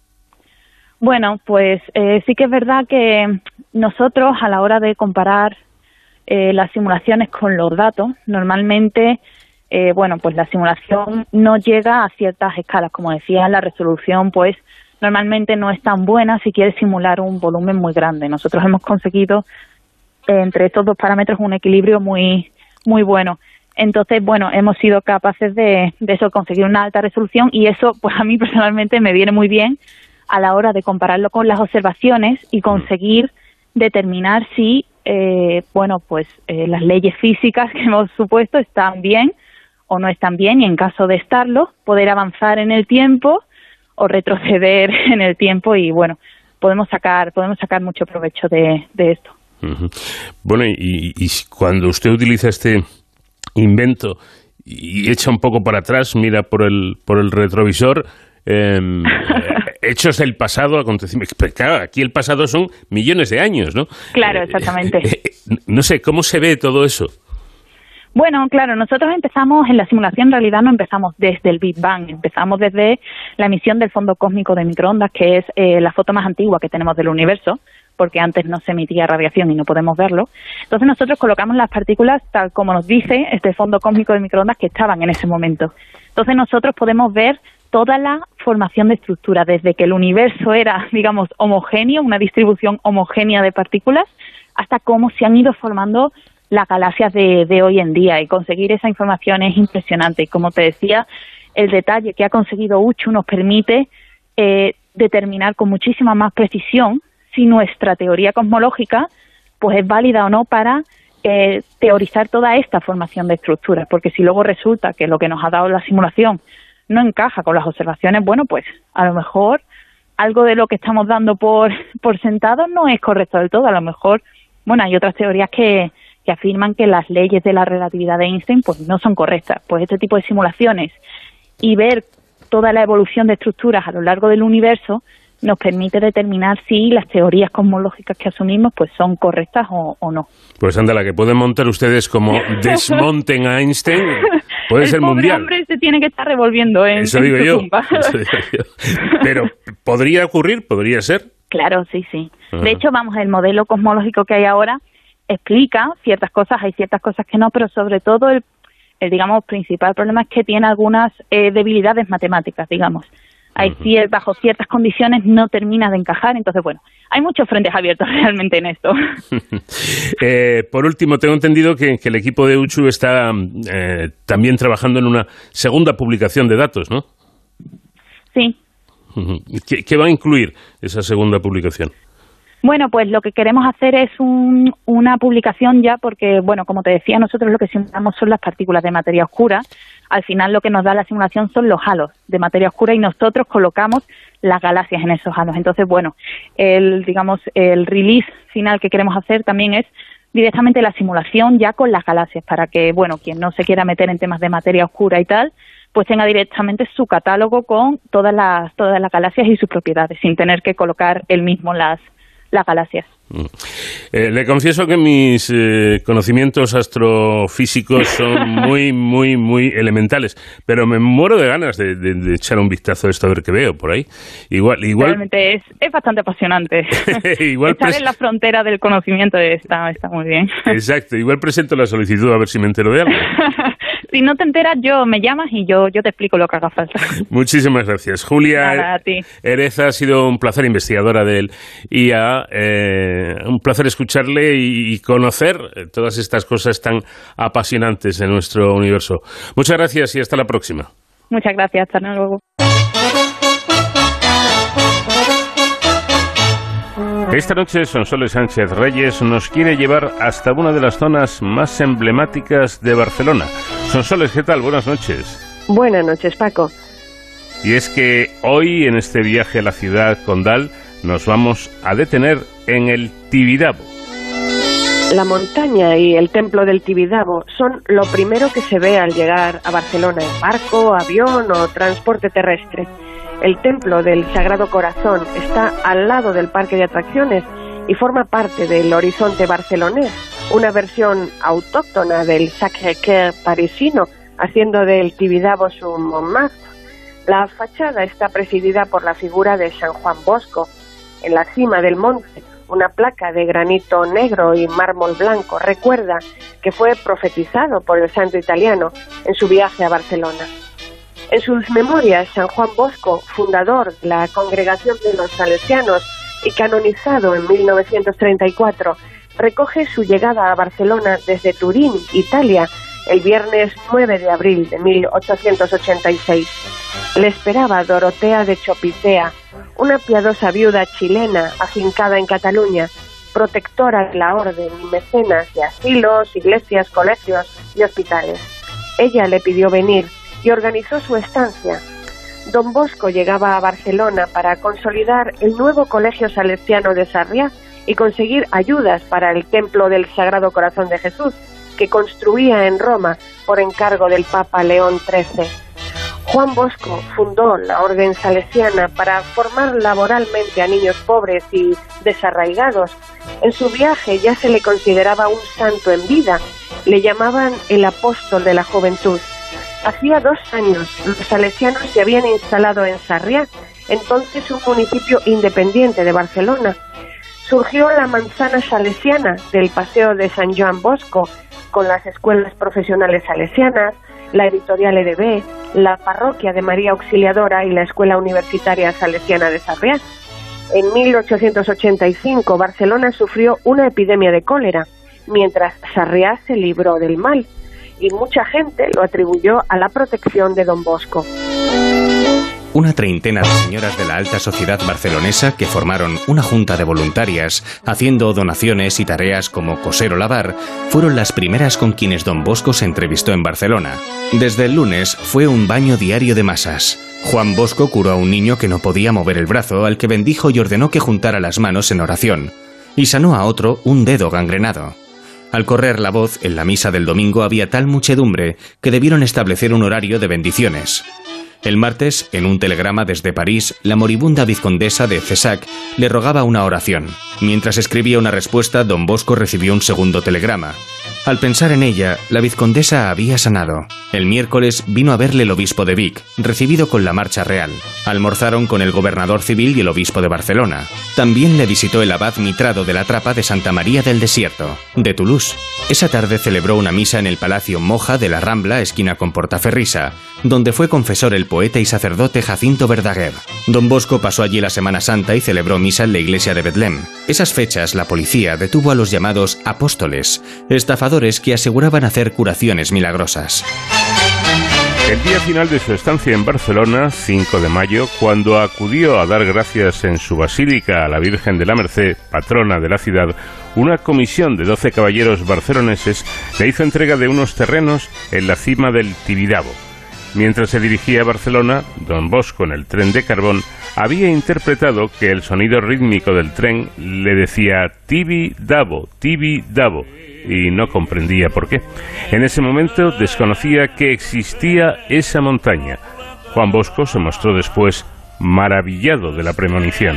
Bueno, pues eh, sí que es verdad que nosotros, a la hora de comparar eh, las simulaciones con los datos, normalmente, eh, bueno, pues la simulación no llega a ciertas escalas. Como decía, la resolución, pues, normalmente no es tan buena si quieres simular un volumen muy grande. Nosotros hemos conseguido eh, entre estos dos parámetros un equilibrio muy muy bueno. Entonces, bueno, hemos sido capaces de, de eso, conseguir una alta resolución, y eso, pues a mí personalmente me viene muy bien a la hora de compararlo con las observaciones y conseguir determinar si, eh, bueno, pues eh, las leyes físicas que hemos supuesto están bien o no están bien, y en caso de estarlo, poder avanzar en el tiempo o retroceder en el tiempo, y bueno, podemos sacar podemos sacar mucho provecho de, de esto. Uh-huh. Bueno, y, y cuando usted utiliza este invento y echa un poco para atrás, mira por el por el retrovisor, eh, hechos del pasado, acontecimientos. Claro, aquí el pasado son millones de años, ¿no? Claro, exactamente. Eh, eh, no sé, ¿cómo se ve todo eso? Bueno, claro, nosotros empezamos, en la simulación en realidad no empezamos desde el Big Bang, empezamos desde la emisión del fondo cósmico de microondas, que es eh, la foto más antigua que tenemos del universo, porque antes no se emitía radiación y no podemos verlo. Entonces nosotros colocamos las partículas tal como nos dice este fondo cósmico de microondas que estaban en ese momento. Entonces nosotros podemos ver toda la formación de estructuras, desde que el universo era, digamos, homogéneo, una distribución homogénea de partículas, hasta cómo se han ido formando las galaxias de, de hoy en día, y conseguir esa información es impresionante. Y como te decía, el detalle que ha conseguido Uchu nos permite eh, determinar con muchísima más precisión si nuestra teoría cosmológica pues es válida o no para eh, teorizar toda esta formación de estructuras, porque si luego resulta que lo que nos ha dado la simulación no encaja con las observaciones, bueno, pues a lo mejor algo de lo que estamos dando por, por sentado no es correcto del todo. A lo mejor, bueno, hay otras teorías que que afirman que las leyes de la relatividad de Einstein pues no son correctas. Pues este tipo de simulaciones y ver toda la evolución de estructuras a lo largo del universo nos permite determinar si las teorías cosmológicas que asumimos pues son correctas o, o no. Pues anda, la que pueden montar ustedes como desmonten a Einstein puede el ser pobre mundial. El hombre se tiene que estar revolviendo en, eso en digo su yo, tumba. eso digo yo. Pero ¿podría ocurrir? ¿Podría ser? Claro, sí, sí. Ajá. De hecho, vamos, el modelo cosmológico que hay ahora explica ciertas cosas, hay ciertas cosas que no, pero sobre todo el, el digamos, principal problema es que tiene algunas eh, debilidades matemáticas, digamos. Hay uh-huh. cier, bajo ciertas condiciones no termina de encajar, entonces, bueno, hay muchos frentes abiertos realmente en esto. eh, por último, tengo entendido que, que el equipo de Uchu está eh, también trabajando en una segunda publicación de datos, ¿no? Sí. Uh-huh. ¿Qué, ¿Qué va a incluir esa segunda publicación? Bueno, pues lo que queremos hacer es un, una publicación ya, porque, bueno, como te decía, nosotros lo que simulamos son las partículas de materia oscura. Al final lo que nos da la simulación son los halos de materia oscura y nosotros colocamos las galaxias en esos halos. Entonces, bueno, el, digamos, el release final que queremos hacer también es directamente la simulación ya con las galaxias, para que, bueno, quien no se quiera meter en temas de materia oscura y tal, pues tenga directamente su catálogo con todas las, todas las galaxias y sus propiedades, sin tener que colocar él mismo las las galaxias. Eh, le confieso que mis eh, conocimientos astrofísicos son muy, muy, muy elementales, pero me muero de ganas de, de, de echar un vistazo a esto, a ver qué veo por ahí. Igual, igual... Realmente es, es bastante apasionante. igual Estar pres... en la frontera del conocimiento está, está muy bien. Exacto, igual presento la solicitud a ver si me entero de algo. Si no te enteras, yo me llamas y yo, yo te explico lo que haga falta. Muchísimas gracias. Julia Nada, a ti. Ereza, ha sido un placer, investigadora del I A. Eh, un placer escucharle y conocer todas estas cosas tan apasionantes de nuestro universo. Muchas gracias y hasta la próxima. Muchas gracias, hasta luego. Esta noche Sonsoles Sánchez Reyes nos quiere llevar hasta una de las zonas más emblemáticas de Barcelona. Sonsoles, ¿qué tal? Buenas noches. Buenas noches, Paco. Y es que hoy, en este viaje a la ciudad condal, nos vamos a detener en el Tibidabo. La montaña y el templo del Tibidabo son lo primero que se ve al llegar a Barcelona en barco, avión o transporte terrestre. El templo del Sagrado Corazón está al lado del parque de atracciones y forma parte del horizonte barcelonés, una versión autóctona del Sacré-Cœur parisino, haciendo del Tibidabo su Montmartre. La fachada está presidida por la figura de San Juan Bosco. En la cima del monte, una placa de granito negro y mármol blanco recuerda que fue profetizado por el santo italiano en su viaje a Barcelona. En sus memorias, San Juan Bosco, fundador de la Congregación de los Salesianos y canonizado en mil novecientos treinta y cuatro, recoge su llegada a Barcelona desde Turín, Italia, el viernes nueve de abril de mil ochocientos ochenta y seis. Le esperaba Dorotea de Chopitea, una piadosa viuda chilena afincada en Cataluña. protectora de la orden y mecenas de asilos, iglesias, colegios y hospitales. Ella le pidió venir y organizó su estancia. Don Bosco llegaba a Barcelona para consolidar el nuevo colegio salesiano de Sarriá y conseguir ayudas para el templo del Sagrado Corazón de Jesús, que construía en Roma por encargo del Papa León trece. Juan Bosco fundó la orden salesiana para formar laboralmente a niños pobres y desarraigados. En su viaje ya se le consideraba un santo en vida. Le llamaban el apóstol de la juventud. Hacía dos años los salesianos se habían instalado en Sarriá, entonces un municipio independiente de Barcelona. Surgió la manzana salesiana del Paseo de San Joan Bosco, con las escuelas profesionales salesianas, la editorial E D B, la parroquia de María Auxiliadora y la Escuela Universitaria Salesiana de Sarriá. En mil ochocientos ochenta y cinco Barcelona sufrió una epidemia de cólera, mientras Sarriá se libró del mal, y mucha gente lo atribuyó a la protección de Don Bosco. Una treintena de señoras de la alta sociedad barcelonesa que formaron una junta de voluntarias, haciendo donaciones y tareas como coser o lavar, fueron las primeras con quienes Don Bosco se entrevistó en Barcelona. Desde el lunes fue un baño diario de masas. Juan Bosco curó a un niño que no podía mover el brazo, al que bendijo y ordenó que juntara las manos en oración, y sanó a otro un dedo gangrenado. Al correr la voz, en la misa del domingo había tal muchedumbre que debieron establecer un horario de bendiciones. El martes, en un telegrama desde París, la moribunda vizcondesa de Fesac le rogaba una oración. Mientras escribía una respuesta, Don Bosco recibió un segundo telegrama. Al pensar en ella, la vizcondesa había sanado. El miércoles vino a verle el obispo de Vic, recibido con la marcha real. Almorzaron con el gobernador civil y el obispo de Barcelona. También le visitó el abad mitrado de la Trapa de Santa María del Desierto, de Toulouse. Esa tarde celebró una misa en el Palacio Moja de la Rambla, esquina con Portaferrisa, donde fue confesor el poeta y sacerdote Jacinto Verdaguer. Don Bosco pasó allí la Semana Santa y celebró misa en la iglesia de Betlem. Esas fechas, la policía detuvo a los llamados apóstoles, estafadores que aseguraban hacer curaciones milagrosas. El día final de su estancia en Barcelona, cinco de mayo, cuando acudió a dar gracias en su basílica a la Virgen de la Merced, patrona de la ciudad, una comisión de doce caballeros barceloneses le hizo entrega de unos terrenos en la cima del Tibidabo. Mientras se dirigía a Barcelona, Don Bosco, en el tren de carbón, había interpretado que el sonido rítmico del tren le decía Tibidabo, Tibidabo, y no comprendía por qué. En ese momento desconocía que existía esa montaña. Juan Bosco se mostró después maravillado de la premonición.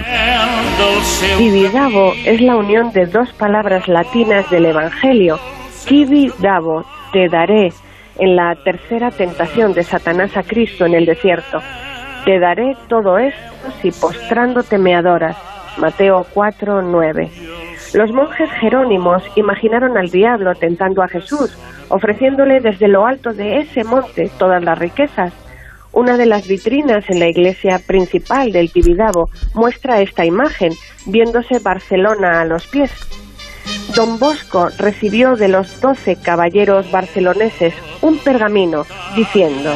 Tibidabo es la unión de dos palabras latinas del Evangelio. Tibidabo, te daré, en la tercera tentación de Satanás a Cristo en el desierto. Te daré todo esto si postrándote me adoras. Mateo cuatro, nueve. Los monjes jerónimos imaginaron al diablo tentando a Jesús, ofreciéndole desde lo alto de ese monte todas las riquezas. Una de las vitrinas en la iglesia principal del Tibidabo muestra esta imagen, viéndose Barcelona a los pies. Don Bosco recibió de los doce caballeros barceloneses un pergamino diciendo: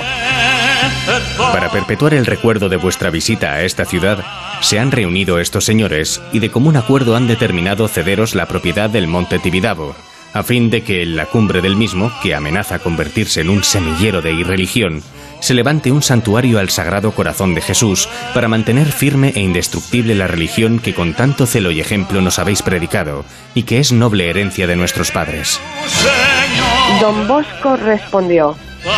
Para perpetuar el recuerdo de vuestra visita a esta ciudad, se han reunido estos señores y de común acuerdo han determinado cederos la propiedad del monte Tibidabo, a fin de que en la cumbre del mismo, que amenaza convertirse en un semillero de irreligión, se levante un santuario al Sagrado Corazón de Jesús para mantener firme e indestructible la religión que con tanto celo y ejemplo nos habéis predicado y que es noble herencia de nuestros padres. Don Bosco respondió: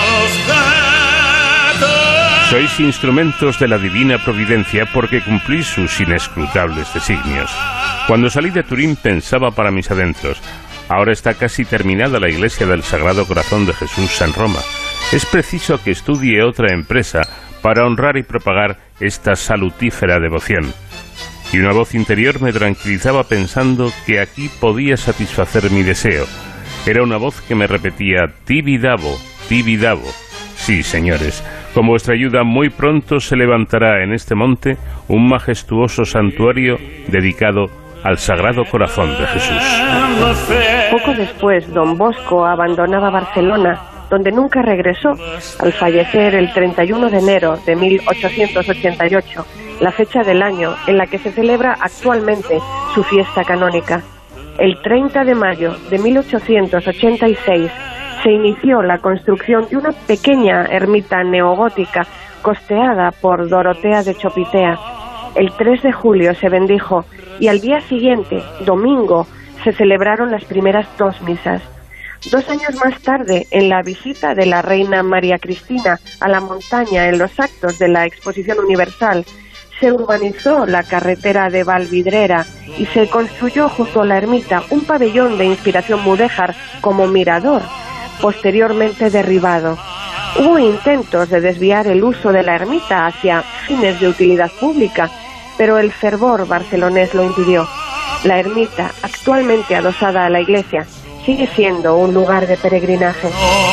Sois instrumentos de la divina providencia porque cumplís sus inescrutables designios. Cuando salí de Turín pensaba para mis adentros: ahora está casi terminada la iglesia del Sagrado Corazón de Jesús en Roma. Es preciso que estudie otra empresa para honrar y propagar esta salutífera devoción. Y una voz interior me tranquilizaba pensando que aquí podía satisfacer mi deseo. Era una voz que me repetía: Tibidabo, Tibidabo. Sí, señores, con vuestra ayuda muy pronto se levantará en este monte un majestuoso santuario dedicado al Sagrado Corazón de Jesús. Poco después, Don Bosco abandonaba Barcelona, donde nunca regresó, al fallecer el treinta y uno de enero de mil ochocientos ochenta y ocho, la fecha del año en la que se celebra actualmente su fiesta canónica. El treinta de mayo de mil ochocientos ochenta y seis se inició la construcción de una pequeña ermita neogótica costeada por Dorotea de Chopitea. El tres de julio se bendijo y al día siguiente, domingo, se celebraron las primeras dos misas. Dos años más tarde, en la visita de la reina María Cristina a la montaña en los actos de la Exposición Universal, se urbanizó la carretera de Valvidrera y se construyó junto a la ermita un pabellón de inspiración mudéjar como mirador, posteriormente derribado. Hubo intentos de desviar el uso de la ermita hacia fines de utilidad pública, pero el fervor barcelonés lo impidió. La ermita, actualmente adosada a la iglesia, sigue siendo un lugar de peregrinaje.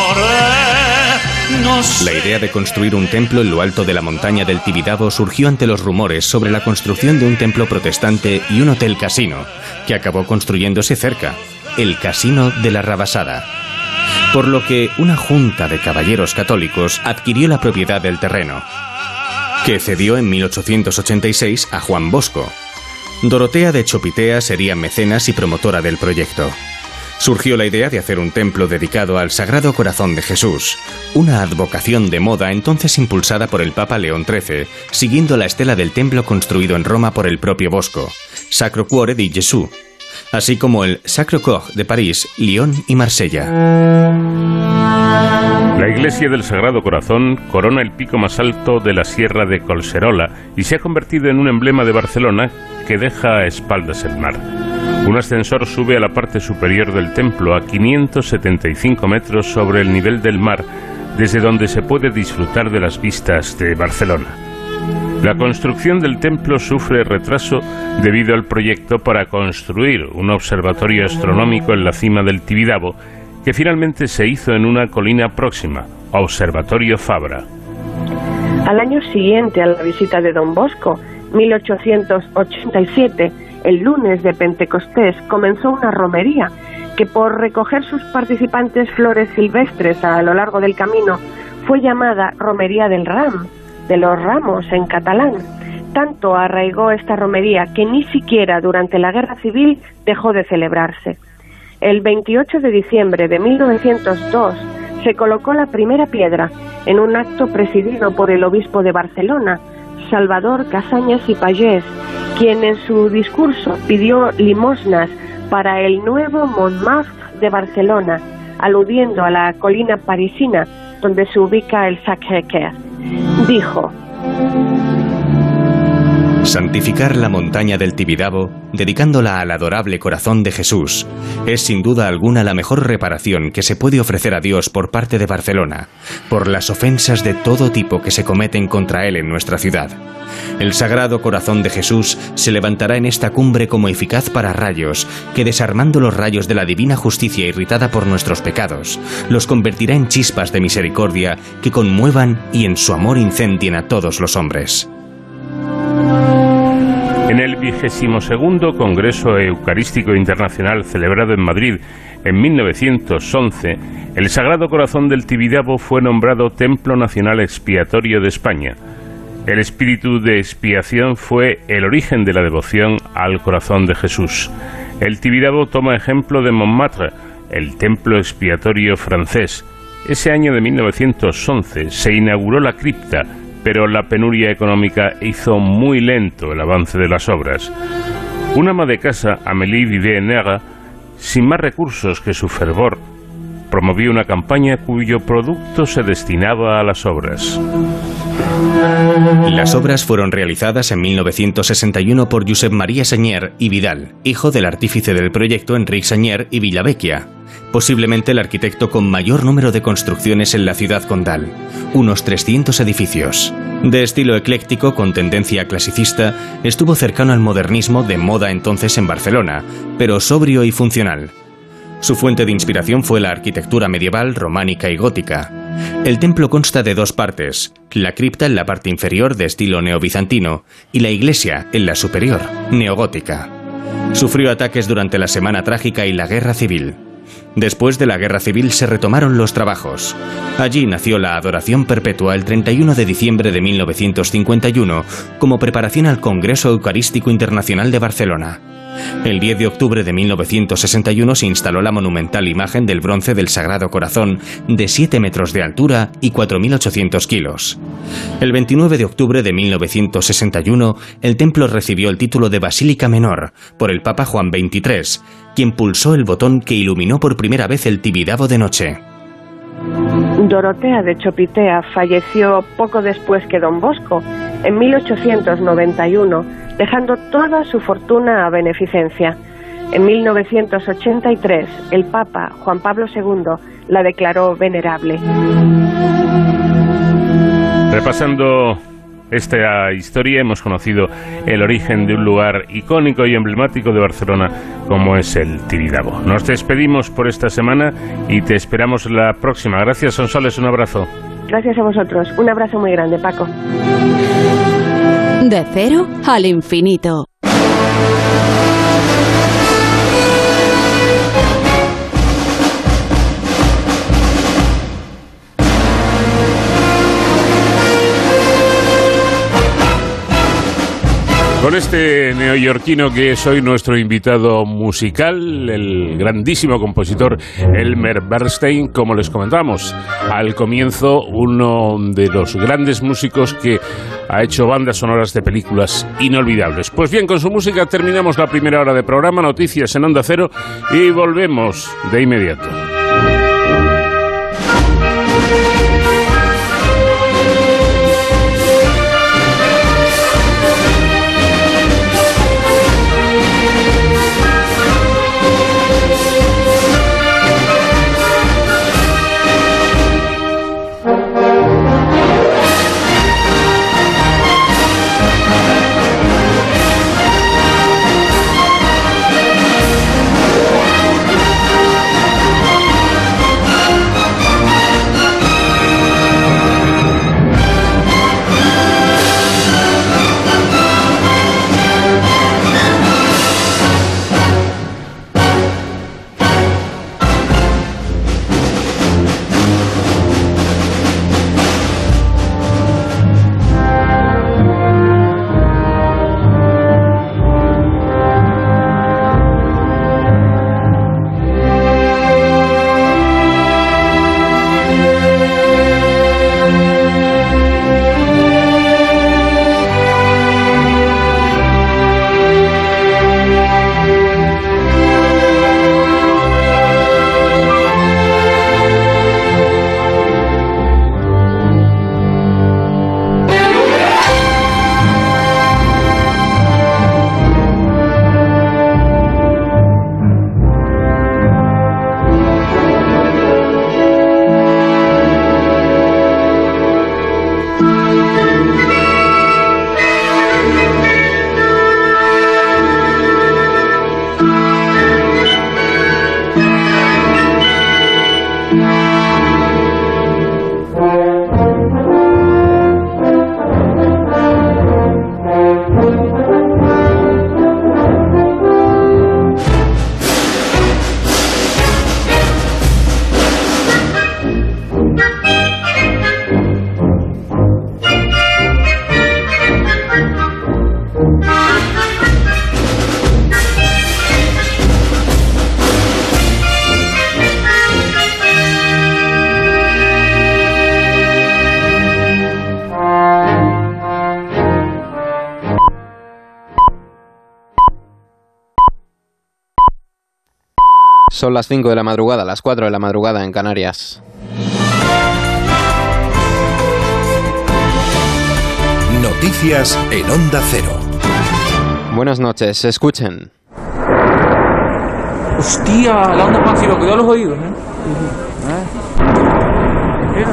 La idea de construir un templo en lo alto de la montaña del Tibidabo surgió ante los rumores sobre la construcción de un templo protestante y un hotel casino, que acabó construyéndose cerca, el Casino de la Rabasada. Por lo que una junta de caballeros católicos adquirió la propiedad del terreno, que cedió en mil ochocientos ochenta y seis a Juan Bosco. Dorotea de Chopitea sería mecenas y promotora del proyecto. Surgió la idea de hacer un templo dedicado al Sagrado Corazón de Jesús, una advocación de moda entonces impulsada por el Papa León trece, siguiendo la estela del templo construido en Roma por el propio Bosco, Sacro Cuore di Gesù, así como el Sacre Cœur de París, Lyon y Marsella. La iglesia del Sagrado Corazón corona el pico más alto de la sierra de Collserola y se ha convertido en un emblema de Barcelona que deja a espaldas el mar. Un ascensor sube a la parte superior del templo a quinientos setenta y cinco metros sobre el nivel del mar, desde donde se puede disfrutar de las vistas de Barcelona. La construcción del templo sufre retraso debido al proyecto para construir un observatorio astronómico en la cima del Tibidabo, que finalmente se hizo en una colina próxima, Observatorio Fabra. Al año siguiente a la visita de Don Bosco, mil ochocientos ochenta y siete, el lunes de Pentecostés, comenzó una romería que, por recoger sus participantes flores silvestres a lo largo del camino, fue llamada Romería del Ram, de los ramos en catalán. Tanto arraigó esta romería que ni siquiera durante la Guerra Civil dejó de celebrarse. El veintiocho de diciembre de mil novecientos dos se colocó la primera piedra en un acto presidido por el obispo de Barcelona, Salvador Casañas y Pagés, quien en su discurso pidió limosnas para el nuevo Montmartre de Barcelona, aludiendo a la colina parisina donde se ubica el Sacré-Cœur. Dijo: santificar la montaña del Tibidabo, dedicándola al adorable corazón de Jesús, es sin duda alguna la mejor reparación que se puede ofrecer a Dios por parte de Barcelona, por las ofensas de todo tipo que se cometen contra Él en nuestra ciudad. El Sagrado Corazón de Jesús se levantará en esta cumbre como eficaz pararrayos, que desarmando los rayos de la divina justicia irritada por nuestros pecados, los convertirá en chispas de misericordia que conmuevan y en su amor incendien a todos los hombres. En el vigésimo segundo Congreso Eucarístico Internacional celebrado en Madrid en mil novecientos once, el Sagrado Corazón del Tibidabo fue nombrado Templo Nacional Expiatorio de España. El espíritu de expiación fue el origen de la devoción al corazón de Jesús. El Tibidabo toma ejemplo de Montmartre, el templo expiatorio francés. Ese año de mil novecientos once se inauguró la cripta, pero la penuria económica hizo muy lento el avance de las obras. Una ama de casa, Amélie Vivet-Nègre, sin más recursos que su fervor, promovió una campaña cuyo producto se destinaba a las obras. Las obras fueron realizadas en mil novecientos sesenta y uno por Josep María Sagnier y Vidal, hijo del artífice del proyecto Enric Sagnier y Villavecchia, posiblemente el arquitecto con mayor número de construcciones en la ciudad condal, unos trescientos edificios. De estilo ecléctico con tendencia clasicista, estuvo cercano al modernismo de moda entonces en Barcelona, pero sobrio y funcional. Su fuente de inspiración fue la arquitectura medieval, románica y gótica. El templo consta de dos partes, la cripta en la parte inferior de estilo neobizantino y la iglesia en la superior, neogótica. Sufrió ataques durante la Semana Trágica y la Guerra Civil. Después de la Guerra Civil se retomaron los trabajos. Allí nació la adoración perpetua el treinta y uno de diciembre de mil novecientos cincuenta y uno como preparación al Congreso Eucarístico Internacional de Barcelona. El diez de octubre de mil novecientos sesenta y uno se instaló la monumental imagen del bronce del Sagrado Corazón, de siete metros de altura y cuatro mil ochocientos kilos. El veintinueve de octubre de mil novecientos sesenta y uno, el templo recibió el título de Basílica Menor por el Papa Juan veintitrés, quien pulsó el botón que iluminó por primera vez el Tibidabo de noche. Dorotea de Chopitea falleció poco después que Don Bosco, en mil ochocientos noventa y uno, dejando toda su fortuna a beneficencia. En mil novecientos ochenta y tres, el Papa Juan Pablo segundo la declaró venerable. Repasando esta historia, hemos conocido el origen de un lugar icónico y emblemático de Barcelona como es el Tibidabo. Nos despedimos por esta semana y te esperamos la próxima. Gracias, Sonsoles, un abrazo. Gracias a vosotros. Un abrazo muy grande, Paco. De cero al infinito. Con este neoyorquino que es hoy nuestro invitado musical, el grandísimo compositor Elmer Bernstein, como les comentamos al comienzo, uno de los grandes músicos que ha hecho bandas sonoras de películas inolvidables. Pues bien, con su música terminamos la primera hora de programa, noticias en Onda Cero, y volvemos de inmediato. Son las cinco de la madrugada, las cuatro de la madrugada en Canarias. Noticias en Onda Cero. Buenas noches, escuchen. Hostia, la onda expansiva, cuidado los oídos, ¿eh? Mira.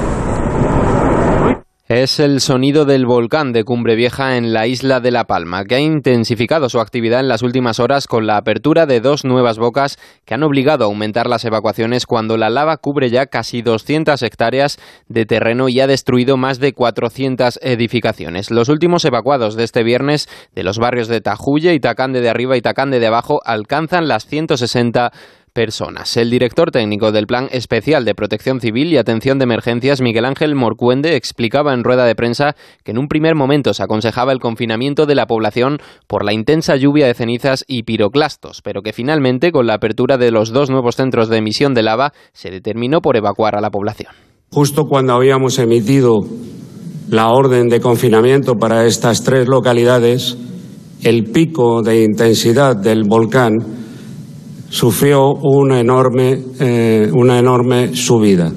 Es el sonido del volcán de Cumbre Vieja en la isla de La Palma, que ha intensificado su actividad en las últimas horas con la apertura de dos nuevas bocas que han obligado a aumentar las evacuaciones cuando la lava cubre ya casi doscientas hectáreas de terreno y ha destruido más de cuatrocientas edificaciones. Los últimos evacuados de este viernes de los barrios de Tajuye, Itacande de Arriba y Itacande de Abajo alcanzan las ciento sesenta personas. El director técnico del Plan Especial de Protección Civil y Atención de Emergencias, Miguel Ángel Morcuende, explicaba en rueda de prensa que en un primer momento se aconsejaba el confinamiento de la población por la intensa lluvia de cenizas y piroclastos, pero que finalmente, con la apertura de los dos nuevos centros de emisión de lava, se determinó por evacuar a la población. Justo cuando habíamos emitido la orden de confinamiento para estas tres localidades, el pico de intensidad del volcán sufrió una enorme, eh, una enorme subida.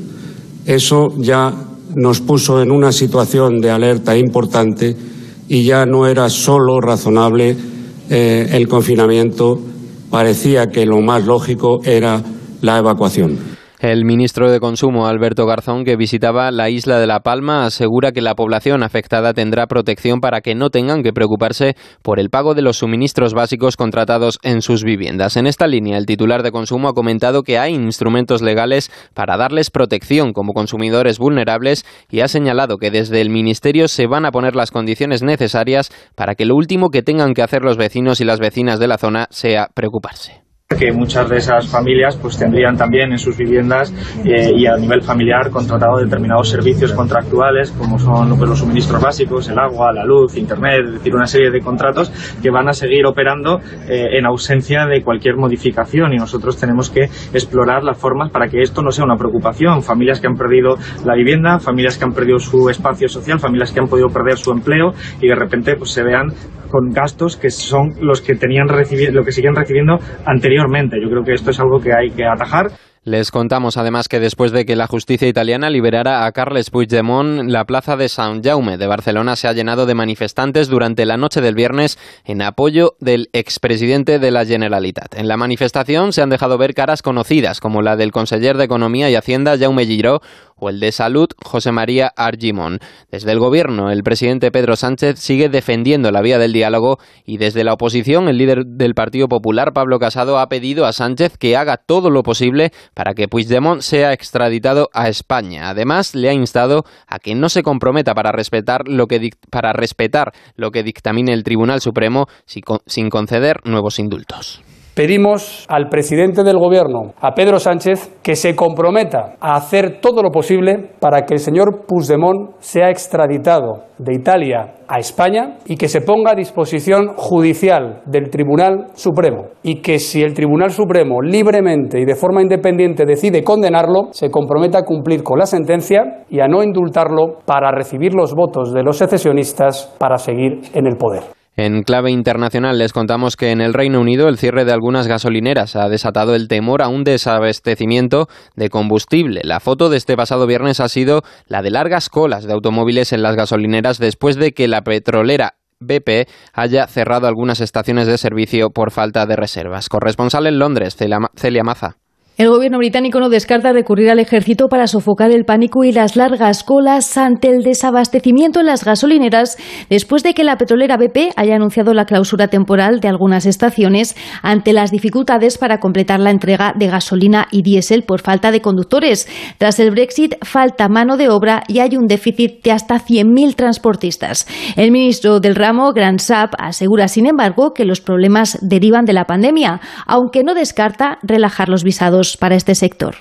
Eso ya nos puso en una situación de alerta importante y ya no era solo razonable eh, el confinamiento, parecía que lo más lógico era la evacuación. El ministro de Consumo, Alberto Garzón, que visitaba la isla de La Palma, asegura que la población afectada tendrá protección para que no tengan que preocuparse por el pago de los suministros básicos contratados en sus viviendas. En esta línea, el titular de Consumo ha comentado que hay instrumentos legales para darles protección como consumidores vulnerables y ha señalado que desde el Ministerio se van a poner las condiciones necesarias para que lo último que tengan que hacer los vecinos y las vecinas de la zona sea preocuparse. Que muchas de esas familias pues tendrían también en sus viviendas eh, y a nivel familiar contratado determinados servicios contractuales como son pues, los suministros básicos, el agua, la luz, internet, es decir, una serie de contratos que van a seguir operando eh, en ausencia de cualquier modificación y nosotros tenemos que explorar las formas para que esto no sea una preocupación. Familias que han perdido la vivienda, familias que han perdido su espacio social, familias que han podido perder su empleo y de repente pues se vean con gastos que son los que tenían recibir, lo que siguen recibiendo anteriormente. Yo creo que esto es algo que hay que atajar. Les contamos además que después de que la justicia italiana liberara a Carles Puigdemont, la plaza de Sant Jaume de Barcelona se ha llenado de manifestantes durante la noche del viernes en apoyo del expresidente de la Generalitat. En la manifestación se han dejado ver caras conocidas como la del conseller de Economía y Hacienda Jaume Giró o el de Salud José María Argimon. Desde el gobierno, el presidente Pedro Sánchez sigue defendiendo la vía del diálogo y desde la oposición, el líder del Partido Popular, Pablo Casado, ha pedido a Sánchez que haga todo lo posible para que Puigdemont sea extraditado a España. Además, le ha instado a que no se comprometa para respetar lo que, dic- para respetar lo que dictamine el Tribunal Supremo si con- sin conceder nuevos indultos. Pedimos al presidente del Gobierno, a Pedro Sánchez, que se comprometa a hacer todo lo posible para que el señor Puigdemont sea extraditado de Italia a España y que se ponga a disposición judicial del Tribunal Supremo y que si el Tribunal Supremo libremente y de forma independiente decide condenarlo, se comprometa a cumplir con la sentencia y a no indultarlo para recibir los votos de los secesionistas para seguir en el poder. En clave internacional les contamos que en el Reino Unido el cierre de algunas gasolineras ha desatado el temor a un desabastecimiento de combustible. La foto de este pasado viernes ha sido la de largas colas de automóviles en las gasolineras después de que la petrolera B P haya cerrado algunas estaciones de servicio por falta de reservas. Corresponsal en Londres, Celia Maza. El gobierno británico no descarta recurrir al ejército para sofocar el pánico y las largas colas ante el desabastecimiento en las gasolineras después de que la petrolera B P haya anunciado la clausura temporal de algunas estaciones ante las dificultades para completar la entrega de gasolina y diésel por falta de conductores. Tras el Brexit falta mano de obra y hay un déficit de hasta cien mil transportistas. El ministro del ramo, Grant Shapps, asegura, sin embargo, que los problemas derivan de la pandemia, aunque no descarta relajar los visados para este sector.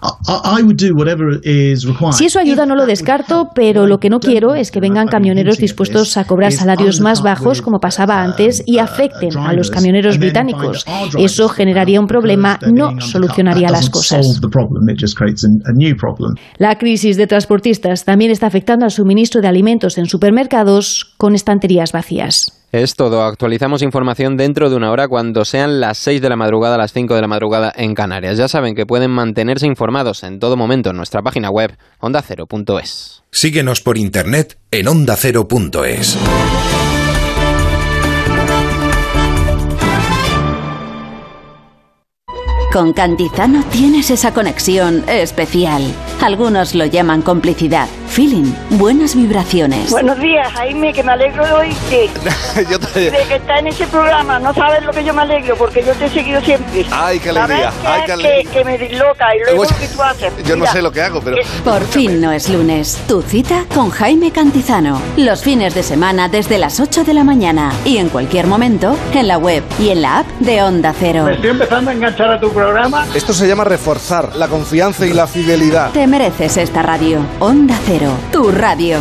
Si eso ayuda, no lo descarto, pero lo que no quiero es que vengan camioneros dispuestos a cobrar salarios más bajos, como pasaba antes, y afecten a los camioneros británicos. Eso generaría un problema, no solucionaría las cosas. La crisis de transportistas también está afectando al suministro de alimentos en supermercados con estanterías vacías. Es todo. Actualizamos información dentro de una hora cuando sean las seis de la madrugada, las cinco de la madrugada en Canarias. Ya saben que pueden mantenerse informados en todo momento en nuestra página web onda cero punto es. Síguenos por internet en onda cero punto es. Con Cantizano tienes esa conexión especial. Algunos lo llaman complicidad. Feeling, buenas vibraciones. Buenos días, Jaime, que me alegro de oírte. Yo te... De que está en ese programa, no sabes lo que yo me alegro, porque yo te he seguido siempre. Ay, qué alegría. ¿Sabes Ay, qué qué es alegría. que, que me disloca y luego lo que tú haces? Yo no Mira, sé lo que hago, pero... Por fin no es lunes. Tu cita con Jaime Cantizano. Los fines de semana desde las ocho de la mañana y en cualquier momento en la web y en la app de Onda Cero. Me estoy empezando a enganchar a tu programa. Esto se llama reforzar la confianza y la fidelidad. Te mereces esta radio. Onda Cero, tu radio.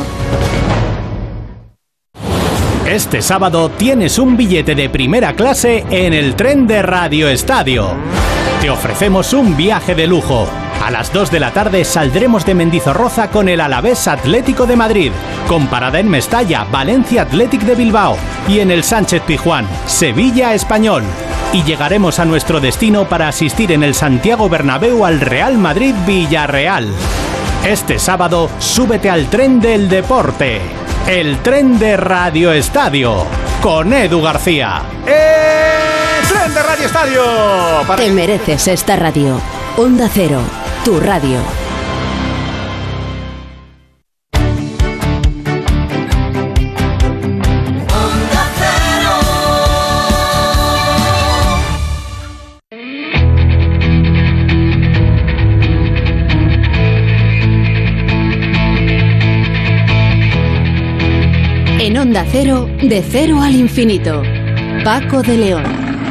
Este sábado tienes un billete de primera clase en el tren de Radio Estadio. Te ofrecemos un viaje de lujo. A las dos de la tarde saldremos de Mendizorroza con el Alavés Atlético de Madrid, con parada en Mestalla, Valencia Athletic de Bilbao y en el Sánchez Pizjuán, Sevilla Español. Y llegaremos a nuestro destino para asistir en el Santiago Bernabéu al Real Madrid Villarreal. Este sábado, súbete al tren del deporte. El tren de Radio Estadio, con Edu García. ¡El tren de Radio Estadio! Para... Te mereces esta radio. Onda Cero, tu radio. En Onda Cero, de cero al infinito. Paco de León.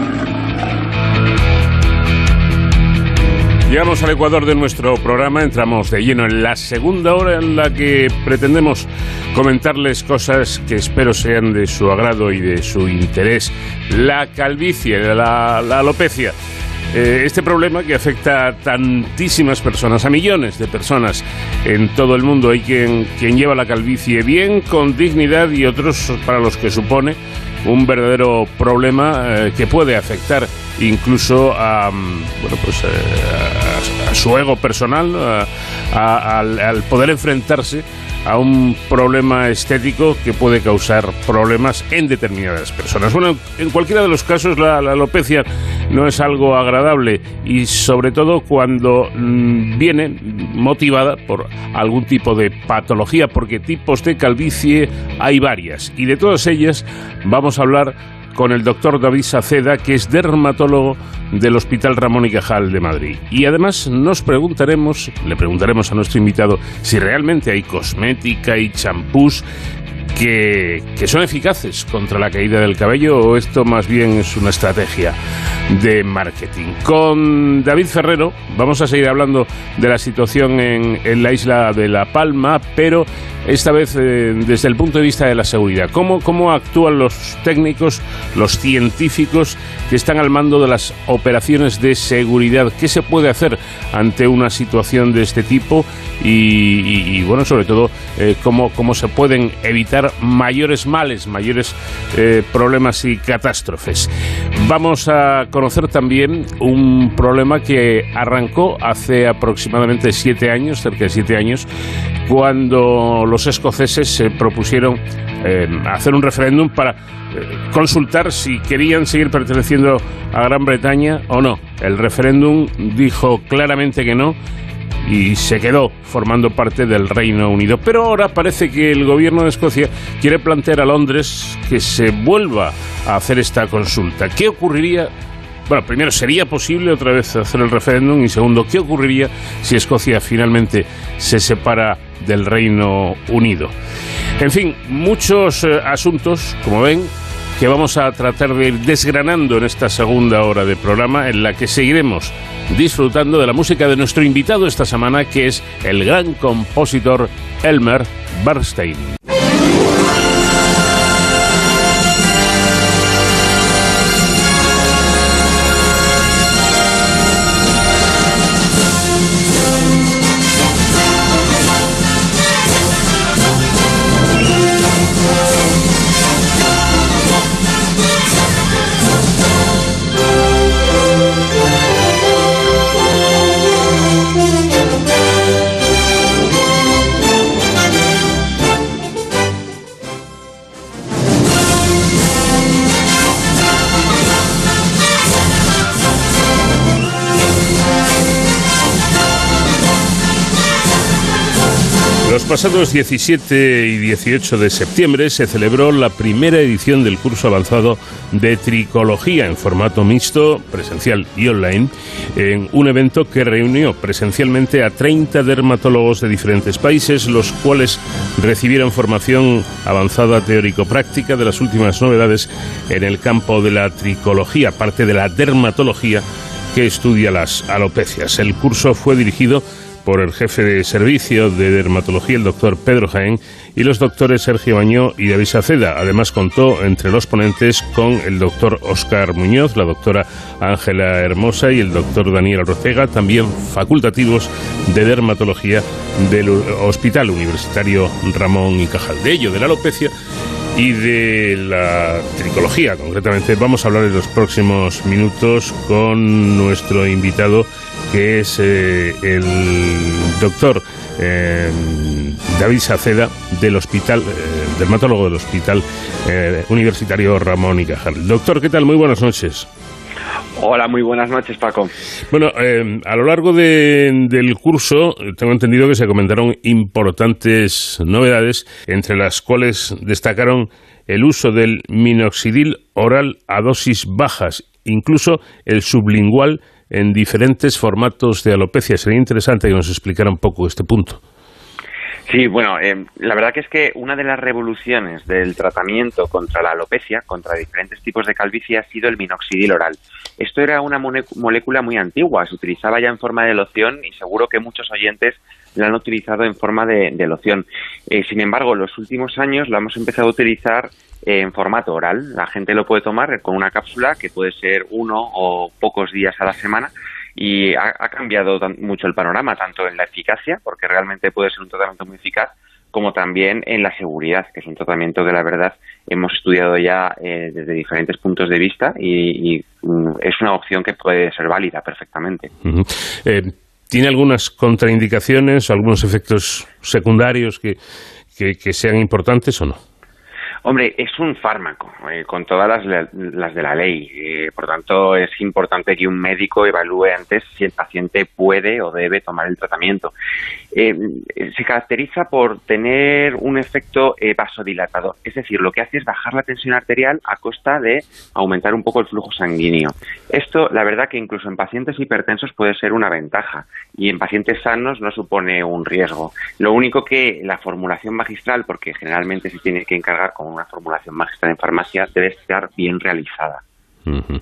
Llegamos al ecuador de nuestro programa, entramos de lleno en la segunda hora en la que pretendemos comentarles cosas que espero sean de su agrado y de su interés. La calvicie, la, la alopecia. Eh, este problema que afecta a tantísimas personas, a millones de personas en todo el mundo. Hay quien, quien lleva la calvicie bien, con dignidad, y otros para los que supone un verdadero problema eh, que puede afectar incluso a, bueno, pues, eh, a, a su ego personal, a, a, al, al poder enfrentarse a un problema estético que puede causar problemas en determinadas personas. Bueno, en cualquiera de los casos la, la alopecia no es algo agradable, y sobre todo cuando mmm, viene motivada por algún tipo de patología, porque tipos de calvicie hay varias, y de todas ellas vamos a hablar con el doctor David Saceda, que es dermatólogo del Hospital Ramón y Cajal de Madrid. Y además nos preguntaremos, le preguntaremos a nuestro invitado si realmente hay cosmética y champús que, que son eficaces contra la caída del cabello, o esto más bien es una estrategia de marketing. Con David Ferrero vamos a seguir hablando de la situación en, en la isla de La Palma, pero esta vez eh, desde el punto de vista de la seguridad. ¿Cómo, cómo actúan los técnicos, los científicos que están al mando de las operaciones de seguridad? ¿Qué se puede hacer ante una situación de este tipo? Y, y, y bueno, sobre todo, eh, cómo, cómo se pueden evitar mayores males, mayores eh, problemas y catástrofes. Vamos a conocer también un problema que arrancó hace aproximadamente siete años, cerca de siete años, cuando los escoceses se propusieron eh, hacer un referéndum para eh, consultar si querían seguir perteneciendo a Gran Bretaña o no. El referéndum dijo claramente que no, y se quedó formando parte del Reino Unido. Pero ahora parece que el gobierno de Escocia quiere plantear a Londres que se vuelva a hacer esta consulta. ¿Qué ocurriría? Bueno, primero, ¿sería posible otra vez hacer el referéndum? Y segundo, ¿qué ocurriría si Escocia finalmente se separa del Reino Unido? En fin, muchos eh, asuntos, como ven, que vamos a tratar de ir desgranando en esta segunda hora de programa, en la que seguiremos disfrutando de la música de nuestro invitado esta semana, que es el gran compositor Elmer Bernstein. pasados diecisiete y dieciocho de septiembre se celebró la primera edición del curso avanzado de tricología en formato mixto, presencial y online, en un evento que reunió presencialmente a treinta dermatólogos de diferentes países, los cuales recibieron formación avanzada teórico-práctica de las últimas novedades en el campo de la tricología, parte de la dermatología que estudia las alopecias. El curso fue dirigido por el jefe de servicio de dermatología, el doctor Pedro Jaén, y los doctores Sergio Bañó y David Saceda. Además, contó entre los ponentes con el doctor Óscar Muñoz, la doctora Ángela Hermosa y el doctor Daniel Ortega, también facultativos de dermatología del Hospital Universitario Ramón y Cajal. De ello, de la alopecia y de la tricología, concretamente, vamos a hablar en los próximos minutos con nuestro invitado, que es eh, el doctor eh, David Saceda, del hospital, eh, dermatólogo del Hospital eh, Universitario Ramón y Cajal. Doctor, ¿qué tal? Muy buenas noches. Hola, muy buenas noches, Paco. Bueno, eh, a lo largo de, del curso tengo entendido que se comentaron importantes novedades, entre las cuales destacaron el uso del minoxidil oral a dosis bajas, incluso el sublingual en diferentes formatos de alopecia. Sería interesante que nos explicara un poco este punto. Sí, bueno, eh, la verdad que es que una de las revoluciones del tratamiento contra la alopecia, contra diferentes tipos de calvicie, ha sido el minoxidil oral. Esto era una molécula muy antigua, se utilizaba ya en forma de loción y seguro que muchos oyentes la han utilizado en forma de, de loción. Eh, sin embargo, en los últimos años lo hemos empezado a utilizar eh, en formato oral. La gente lo puede tomar con una cápsula que puede ser uno o pocos días a la semana. Y ha, ha cambiado tan, mucho el panorama, tanto en la eficacia, porque realmente puede ser un tratamiento muy eficaz, como también en la seguridad, que es un tratamiento que la verdad hemos estudiado ya eh, desde diferentes puntos de vista y, y um, es una opción que puede ser válida perfectamente. Uh-huh. Eh, ¿Tiene algunas contraindicaciones, algunos efectos secundarios que, que, que sean importantes o no? Hombre, es un fármaco, eh, con todas las, las de la ley. Eh, por tanto, es importante que un médico evalúe antes si el paciente puede o debe tomar el tratamiento. Eh, se caracteriza por tener un efecto eh, vasodilatador. Es decir, lo que hace es bajar la tensión arterial a costa de aumentar un poco el flujo sanguíneo. Esto, la verdad, que incluso en pacientes hipertensos puede ser una ventaja y en pacientes sanos no supone un riesgo. Lo único que la formulación magistral, porque generalmente se tiene que encargar con una formulación magistral en farmacia, debe estar bien realizada. Uh-huh.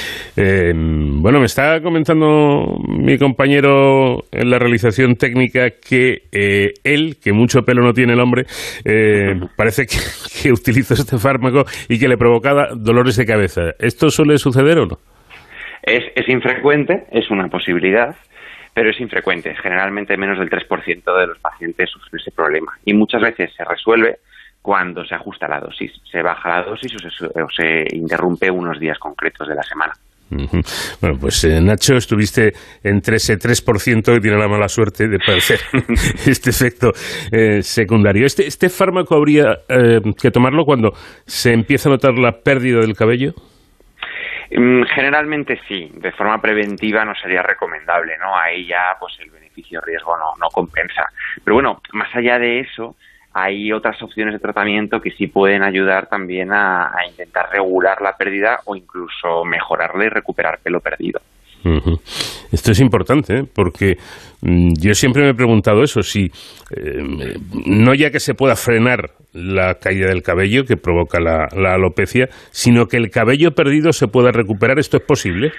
Eh, bueno, me está comentando mi compañero en la realización técnica que eh, él, que mucho pelo no tiene el hombre, eh, uh-huh. parece que, que utilizó este fármaco y que le provocaba dolores de cabeza. ¿Esto suele suceder o no? Es, es infrecuente, es una posibilidad, pero es infrecuente. Generalmente menos del tres por ciento de los pacientes sufren ese problema y muchas veces se resuelve cuando se ajusta la dosis, se baja la dosis o se, o se interrumpe unos días concretos de la semana. Uh-huh. Bueno, pues eh, Nacho, estuviste entre ese tres por ciento que tiene la mala suerte de padecer este efecto eh, secundario. ¿Este, este fármaco habría eh, que tomarlo cuando se empieza a notar la pérdida del cabello? Generalmente sí, de forma preventiva no sería recomendable, ¿no? Ahí ya pues el beneficio-riesgo no, no compensa. Pero bueno, más allá de eso, hay otras opciones de tratamiento que sí pueden ayudar también a, a intentar regular la pérdida o incluso mejorarla y recuperar pelo perdido. Uh-huh. Esto es importante, ¿eh? Porque mm, yo siempre me he preguntado eso, si eh, no ya que se pueda frenar la caída del cabello que provoca la, la alopecia, sino que el cabello perdido se pueda recuperar. ¿Esto es posible?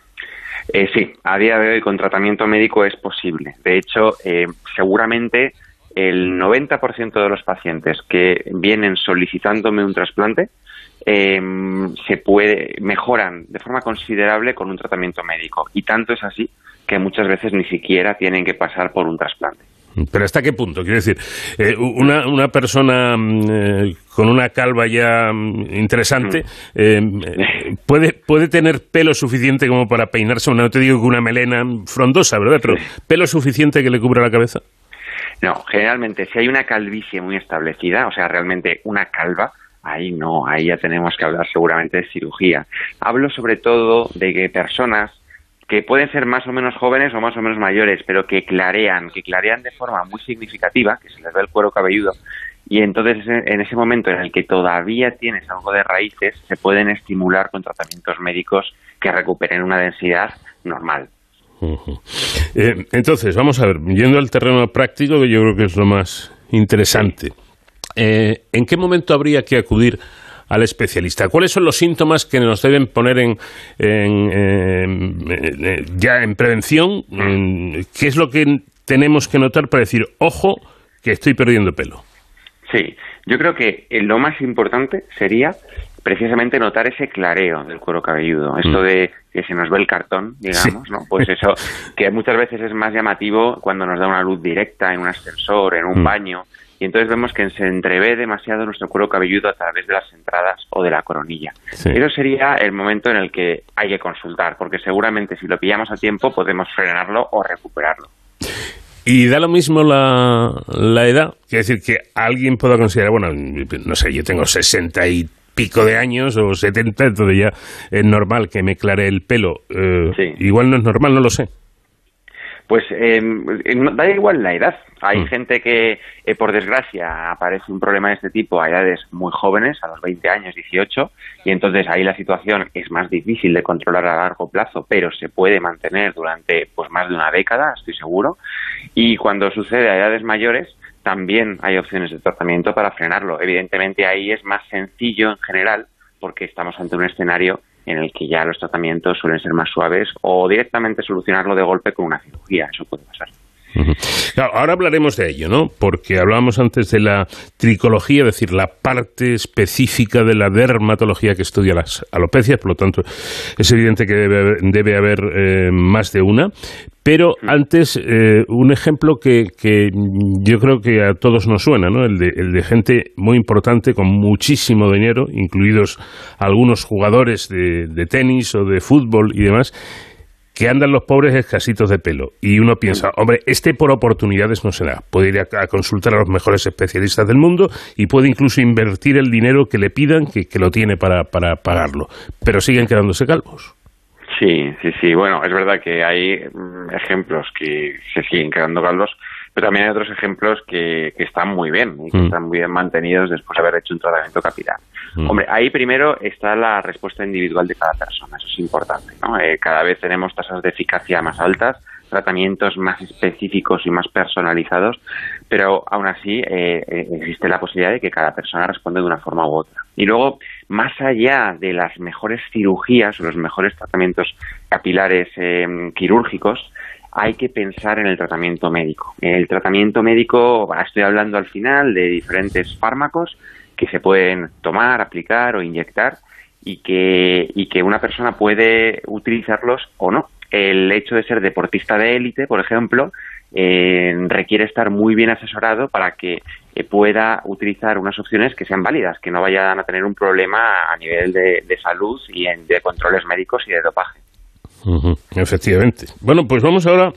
Eh, sí, a día de hoy con tratamiento médico es posible. De hecho, eh, seguramente el noventa por ciento de los pacientes que vienen solicitándome un trasplante eh, se puede mejoran de forma considerable con un tratamiento médico. Y tanto es así que muchas veces ni siquiera tienen que pasar por un trasplante. ¿Pero hasta qué punto? Quiero decir, eh, una, una persona eh, con una calva ya interesante eh, puede, puede tener pelo suficiente como para peinarse, no te digo que una melena frondosa, ¿verdad? Pero pelo suficiente que le cubra la cabeza. No, generalmente si hay una calvicie muy establecida, o sea, realmente una calva, ahí no, ahí ya tenemos que hablar seguramente de cirugía. Hablo sobre todo de que personas que pueden ser más o menos jóvenes o más o menos mayores, pero que clarean, que clarean de forma muy significativa, que se les ve el cuero cabelludo, y entonces en ese momento en el que todavía tienes algo de raíces, se pueden estimular con tratamientos médicos que recuperen una densidad normal. Uh-huh. Eh, entonces, vamos a ver, yendo al terreno práctico, que yo creo que es lo más interesante, eh, ¿en qué momento habría que acudir al especialista? ¿Cuáles son los síntomas que nos deben poner en, en, en, en ya en prevención? En, ¿qué es lo que tenemos que notar para decir, ojo, que estoy perdiendo pelo? Sí, yo creo que lo más importante sería precisamente notar ese clareo del cuero cabelludo, esto de que se nos ve el cartón, digamos, sí. ¿no? Pues eso, que muchas veces es más llamativo cuando nos da una luz directa en un ascensor, en un mm. baño, y entonces vemos que se entrevé demasiado nuestro cuero cabelludo a través de las entradas o de la coronilla. Sí. Eso sería el momento en el que hay que consultar, porque seguramente si lo pillamos a tiempo podemos frenarlo o recuperarlo. Y da lo mismo la, la edad, quiere decir que alguien pueda considerar, bueno, no sé, yo tengo sesenta y pico de años o setenta, entonces ya es normal que me clare el pelo. Eh, sí. Igual no es normal, no lo sé. Pues eh, da igual la edad. Hay mm. gente que, eh, por desgracia, aparece un problema de este tipo a edades muy jóvenes, a los veinte años, dieciocho, y entonces ahí la situación es más difícil de controlar a largo plazo, pero se puede mantener durante pues más de una década, estoy seguro. Y cuando sucede a edades mayores, también hay opciones de tratamiento para frenarlo. Evidentemente ahí es más sencillo en general, porque estamos ante un escenario en el que ya los tratamientos suelen ser más suaves o directamente solucionarlo de golpe con una cirugía. Eso puede pasar. Uh-huh. Claro, ahora hablaremos de ello, ¿no? Porque hablábamos antes de la tricología, es decir, la parte específica de la dermatología que estudia las alopecias, por lo tanto es evidente que debe haber, debe haber eh, más de una. Pero antes, eh, un ejemplo que, que yo creo que a todos nos suena, ¿no? El de, el de gente muy importante con muchísimo dinero, incluidos algunos jugadores de, de tenis o de fútbol y demás, que andan los pobres escasitos de pelo. Y uno piensa, hombre, este por oportunidades no se da. Puede ir a, a consultar a los mejores especialistas del mundo y puede incluso invertir el dinero que le pidan, que, que lo tiene para, para pagarlo. Pero siguen quedándose calvos. Sí, sí, sí. Bueno, es verdad que hay ejemplos que se siguen quedando calvos, pero también hay otros ejemplos que, que están muy bien y que mm. están muy bien mantenidos después de haber hecho un tratamiento capilar. Mm. Hombre, ahí primero está la respuesta individual de cada persona, eso es importante, ¿no? Eh, cada vez tenemos tasas de eficacia más altas, tratamientos más específicos y más personalizados, pero aún así eh, eh, existe la posibilidad de que cada persona responda de una forma u otra. Y luego, más allá de las mejores cirugías o los mejores tratamientos capilares eh, quirúrgicos, hay que pensar en el tratamiento médico. El tratamiento médico, estoy hablando al final de diferentes fármacos que se pueden tomar, aplicar o inyectar y que, y que una persona puede utilizarlos o no. El hecho de ser deportista de élite, por ejemplo, eh, requiere estar muy bien asesorado para que eh, pueda utilizar unas opciones que sean válidas, que no vayan a tener un problema a nivel de, de salud y en, de controles médicos y de dopaje. Uh-huh, efectivamente. Bueno, pues vamos ahora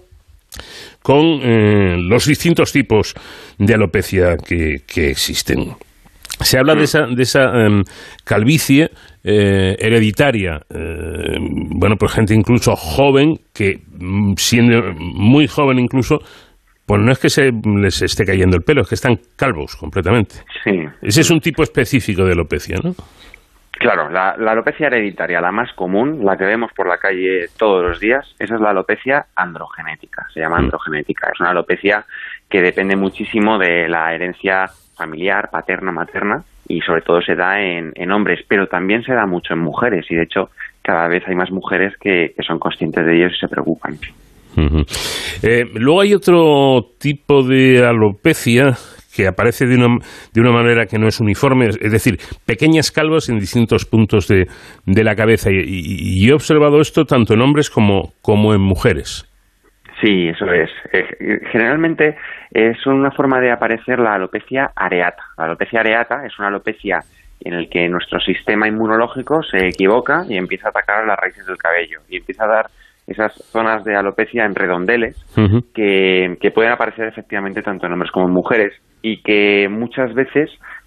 con eh, los distintos tipos de alopecia que, que existen. Se habla de esa, de esa um, calvicie eh, hereditaria, eh, bueno, por gente incluso joven, que siendo muy joven incluso, pues no es que se les esté cayendo el pelo, es que están calvos completamente. Sí. Ese es un tipo específico de alopecia, ¿no? Claro, la, la alopecia hereditaria, la más común, la que vemos por la calle todos los días, esa es la alopecia androgenética, se llama androgenética. Es una alopecia que depende muchísimo de la herencia familiar, paterna, materna, y sobre todo se da en, en hombres, pero también se da mucho en mujeres, y de hecho cada vez hay más mujeres que, que son conscientes de ello y se preocupan. Uh-huh. Eh, luego hay otro tipo de alopecia que aparece de una, de una manera que no es uniforme, es decir, pequeñas calvas en distintos puntos de, de la cabeza, y, y, y he observado esto tanto en hombres como, como en mujeres. Sí, eso es. Eh, generalmente es una forma de aparecer la alopecia areata. La alopecia areata es una alopecia en el que nuestro sistema inmunológico se equivoca y empieza a atacar las raíces del cabello y empieza a dar esas zonas de alopecia en redondeles uh-huh. que, que pueden aparecer efectivamente tanto en hombres como en mujeres y que muchas veces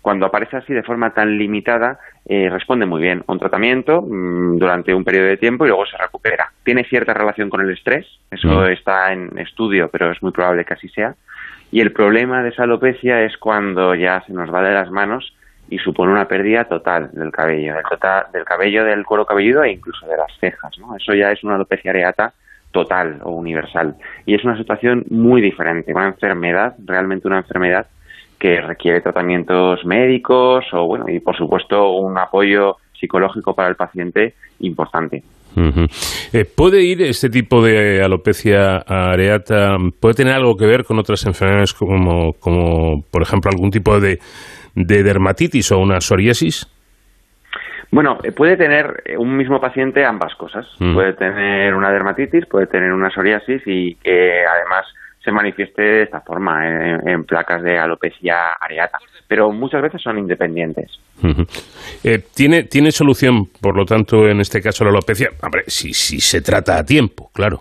cuando aparece así de forma tan limitada, eh, responde muy bien a un tratamiento mmm, durante un periodo de tiempo y luego se recupera. Tiene cierta relación con el estrés, eso mm. está en estudio, pero es muy probable que así sea. Y el problema de esa alopecia es cuando ya se nos va de las manos y supone una pérdida total del cabello, del, total, del cabello, del cuero cabelludo e incluso de las cejas, ¿no? Eso ya es una alopecia areata total o universal. Y es una situación muy diferente, una enfermedad, realmente una enfermedad que requiere tratamientos médicos o, bueno, y por supuesto un apoyo psicológico para el paciente importante. Uh-huh. Eh, ¿Puede ir este tipo de alopecia areata, puede tener algo que ver con otras enfermedades como, como por ejemplo, algún tipo de, de dermatitis o una psoriasis? Bueno, puede tener un mismo paciente ambas cosas. Uh-huh. Puede tener una dermatitis, puede tener una psoriasis y que además se manifieste de esta forma, en, en placas de alopecia areata. Pero muchas veces son independientes. Uh-huh. Eh, ¿tiene, ¿Tiene solución, por lo tanto, en este caso la alopecia? Hombre, si, si se trata a tiempo, claro.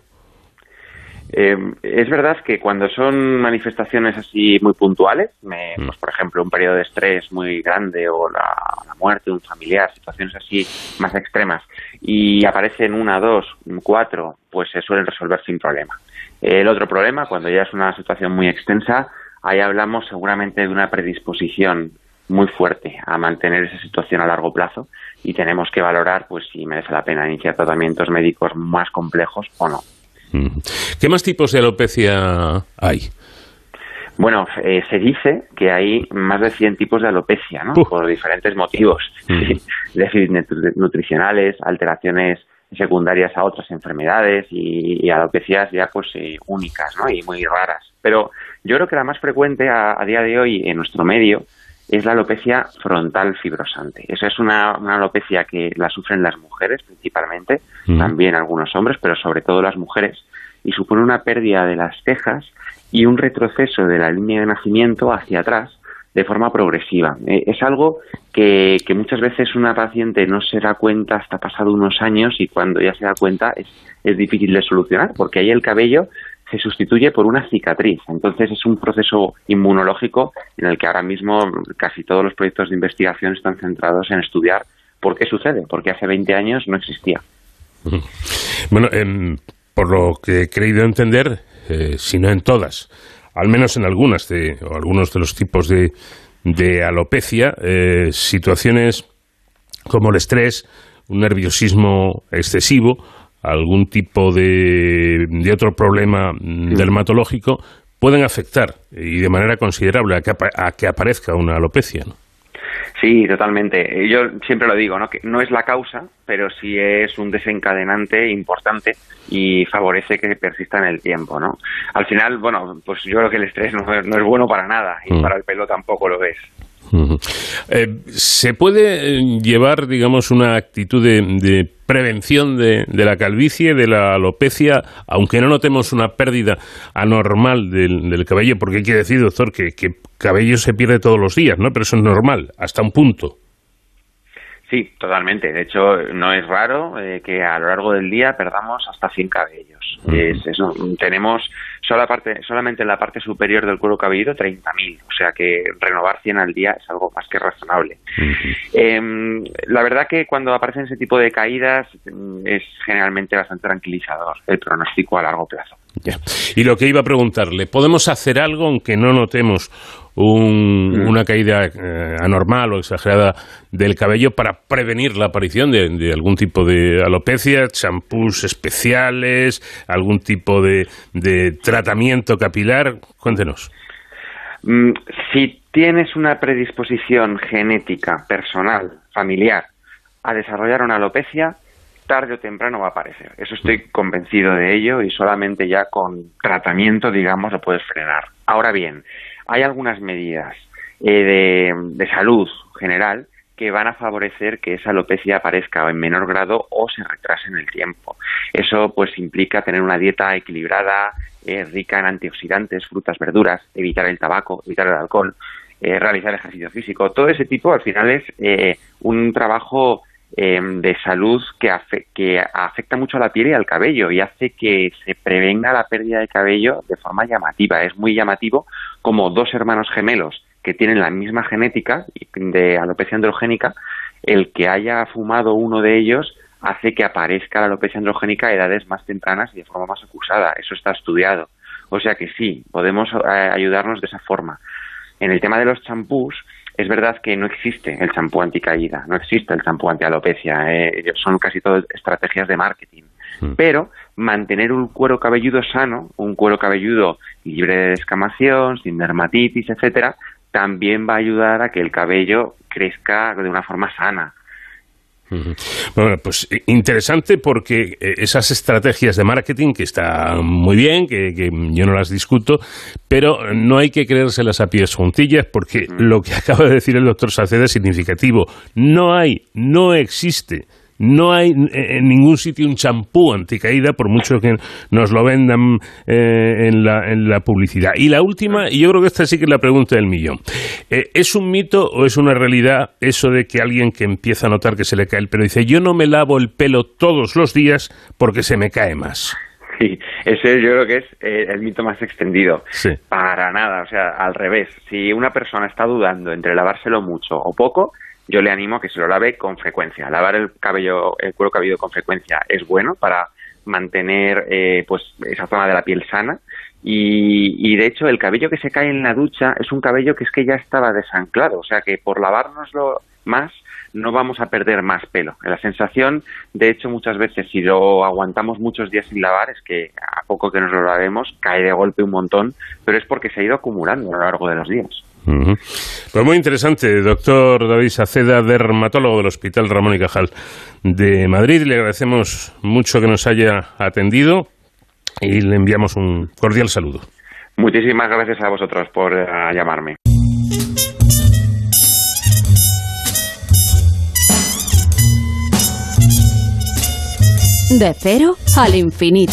Eh, es verdad que cuando son manifestaciones así muy puntuales, me, pues por ejemplo un periodo de estrés muy grande o la, la muerte de un familiar, situaciones así más extremas, y aparecen una, dos, cuatro, pues se suelen resolver sin problema. El otro problema, cuando ya es una situación muy extensa, ahí hablamos seguramente de una predisposición muy fuerte a mantener esa situación a largo plazo y tenemos que valorar pues si merece la pena iniciar tratamientos médicos más complejos o no. ¿Qué más tipos de alopecia hay? Bueno, eh, se dice que hay más de cien tipos de alopecia, ¿no? Uh. Por diferentes motivos. Uh. Déficits nutricionales, alteraciones secundarias a otras enfermedades y, y alopecias ya pues eh, únicas, ¿no? Y muy raras. Pero yo creo que la más frecuente a, a día de hoy en nuestro medio es la alopecia frontal fibrosante. Esa es una, una alopecia que la sufren las mujeres principalmente, mm. también algunos hombres, pero sobre todo las mujeres, y supone una pérdida de las cejas y un retroceso de la línea de nacimiento hacia atrás de forma progresiva. Eh, es algo que, que muchas veces una paciente no se da cuenta hasta pasado unos años y cuando ya se da cuenta es, es difícil de solucionar porque ahí el cabello se sustituye por una cicatriz. Entonces es un proceso inmunológico en el que ahora mismo casi todos los proyectos de investigación están centrados en estudiar por qué sucede, porque hace veinte años no existía. Bueno, eh, por lo que he creído entender, eh, si no en todas, al menos en algunas de, o algunos de los tipos de, de alopecia, eh, situaciones como el estrés, un nerviosismo excesivo, algún tipo de, de otro problema dermatológico, pueden afectar y de manera considerable a que, a que aparezca una alopecia, ¿no? Sí, totalmente. Yo siempre lo digo, ¿no? Que no es la causa, pero sí es un desencadenante importante y favorece que persista en el tiempo, ¿no? Al final, bueno, pues yo creo que el estrés no, no es bueno para nada y mm. para el pelo tampoco lo es. Uh-huh. Eh, ¿Se puede llevar, digamos, una actitud de, de prevención de, de la calvicie, de la alopecia, aunque no notemos una pérdida anormal del, del cabello? Porque hay que decir, doctor, que, que cabello se pierde todos los días, ¿no? Pero eso es normal, hasta un punto. Sí, totalmente. De hecho, no es raro eh, que a lo largo del día perdamos hasta cien cabellos. Uh-huh. Es eso. Tenemos sola parte, solamente en la parte superior del cuero cabelludo treinta mil. O sea que renovar cien al día es algo más que razonable. Uh-huh. Eh, la verdad que cuando aparecen ese tipo de caídas es generalmente bastante tranquilizador el pronóstico a largo plazo. Ya. Y lo que iba a preguntarle, ¿podemos hacer algo aunque no notemos un, mm. una caída eh, anormal o exagerada del cabello para prevenir la aparición de, de algún tipo de alopecia, champús especiales, algún tipo de, de tratamiento capilar? Cuéntenos. Mm, si tienes una predisposición genética, personal, familiar a desarrollar una alopecia, tarde o temprano va a aparecer. Eso estoy convencido de ello y solamente ya con tratamiento, digamos, lo puedes frenar. Ahora bien, hay algunas medidas eh, de, de salud general que van a favorecer que esa alopecia aparezca en menor grado o se retrase en el tiempo. Eso pues implica tener una dieta equilibrada, eh, rica en antioxidantes, frutas, verduras, evitar el tabaco, evitar el alcohol, eh, realizar ejercicio físico. Todo ese tipo al final es eh, un trabajo Eh, de salud que, afe que afecta mucho a la piel y al cabello y hace que se prevenga la pérdida de cabello de forma llamativa. Es muy llamativo como dos hermanos gemelos que tienen la misma genética de alopecia androgénica, el que haya fumado uno de ellos hace que aparezca la alopecia androgénica a edades más tempranas y de forma más acusada. Eso está estudiado. O sea que sí, podemos eh, ayudarnos de esa forma. En el tema de los champús, es verdad que no existe el champú anticaída, no existe el champú antialopecia, eh, son casi todas estrategias de marketing. Mm. Pero mantener un cuero cabelludo sano, un cuero cabelludo libre de descamación, sin dermatitis, etcétera, también va a ayudar a que el cabello crezca de una forma sana. Bueno, pues interesante, porque esas estrategias de marketing, que está muy bien, que, que yo no las discuto, pero no hay que creérselas a pies juntillas, porque mm. lo que acaba de decir el doctor Saceda es significativo. No hay, no existe, no hay en ningún sitio un champú anticaída, por mucho que nos lo vendan eh, en, la, en la publicidad. Y la última, y yo creo que esta sí que es la pregunta del millón. Eh, ¿Es un mito o es una realidad eso de que alguien que empieza a notar que se le cae el pelo dice, yo no me lavo el pelo todos los días porque se me cae más? Sí, ese yo creo que es eh, el mito más extendido. Sí. Para nada, o sea, al revés. Si una persona está dudando entre lavárselo mucho o poco, yo le animo a que se lo lave con frecuencia. Lavar el cabello, el cuero cabelludo con frecuencia es bueno para mantener eh, pues esa zona de la piel sana. Y, y de hecho el cabello que se cae en la ducha es un cabello que es que ya estaba desanclado, o sea que por lavárnoslo más no vamos a perder más pelo. La sensación, de hecho, muchas veces si lo aguantamos muchos días sin lavar es que a poco que nos lo lavemos cae de golpe un montón, pero es porque se ha ido acumulando a lo largo de los días. Uh-huh. Pues muy interesante, doctor David Saceda, dermatólogo del Hospital Ramón y Cajal de Madrid. Le agradecemos mucho que nos haya atendido y le enviamos un cordial saludo. Muchísimas gracias a vosotros por uh, llamarme. De cero al infinito.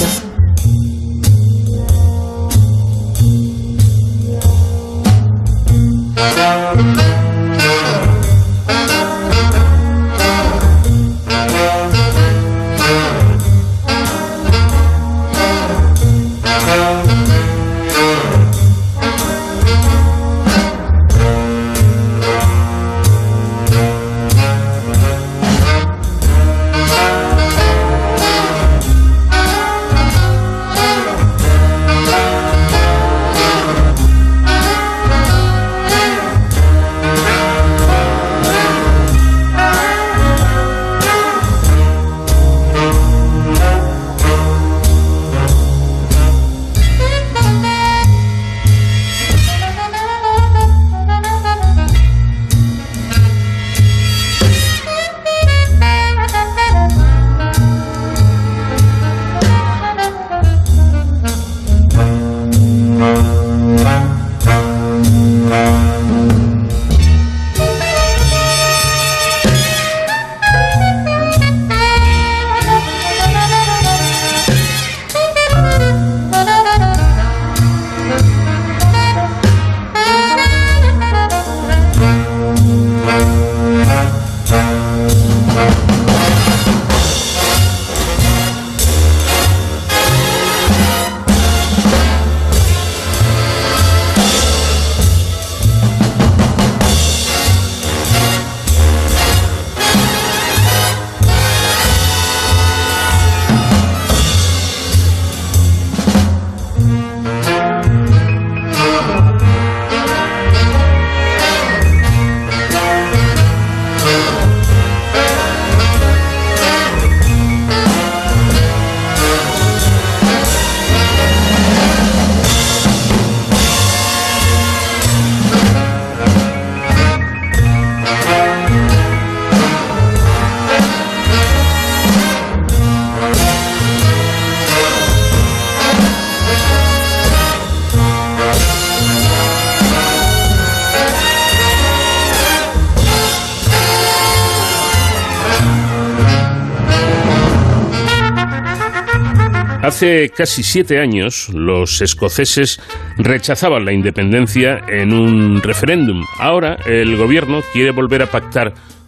Hace casi siete años, los escoceses rechazaban la independencia en un referéndum. Ahora, el gobierno quiere volver a pactar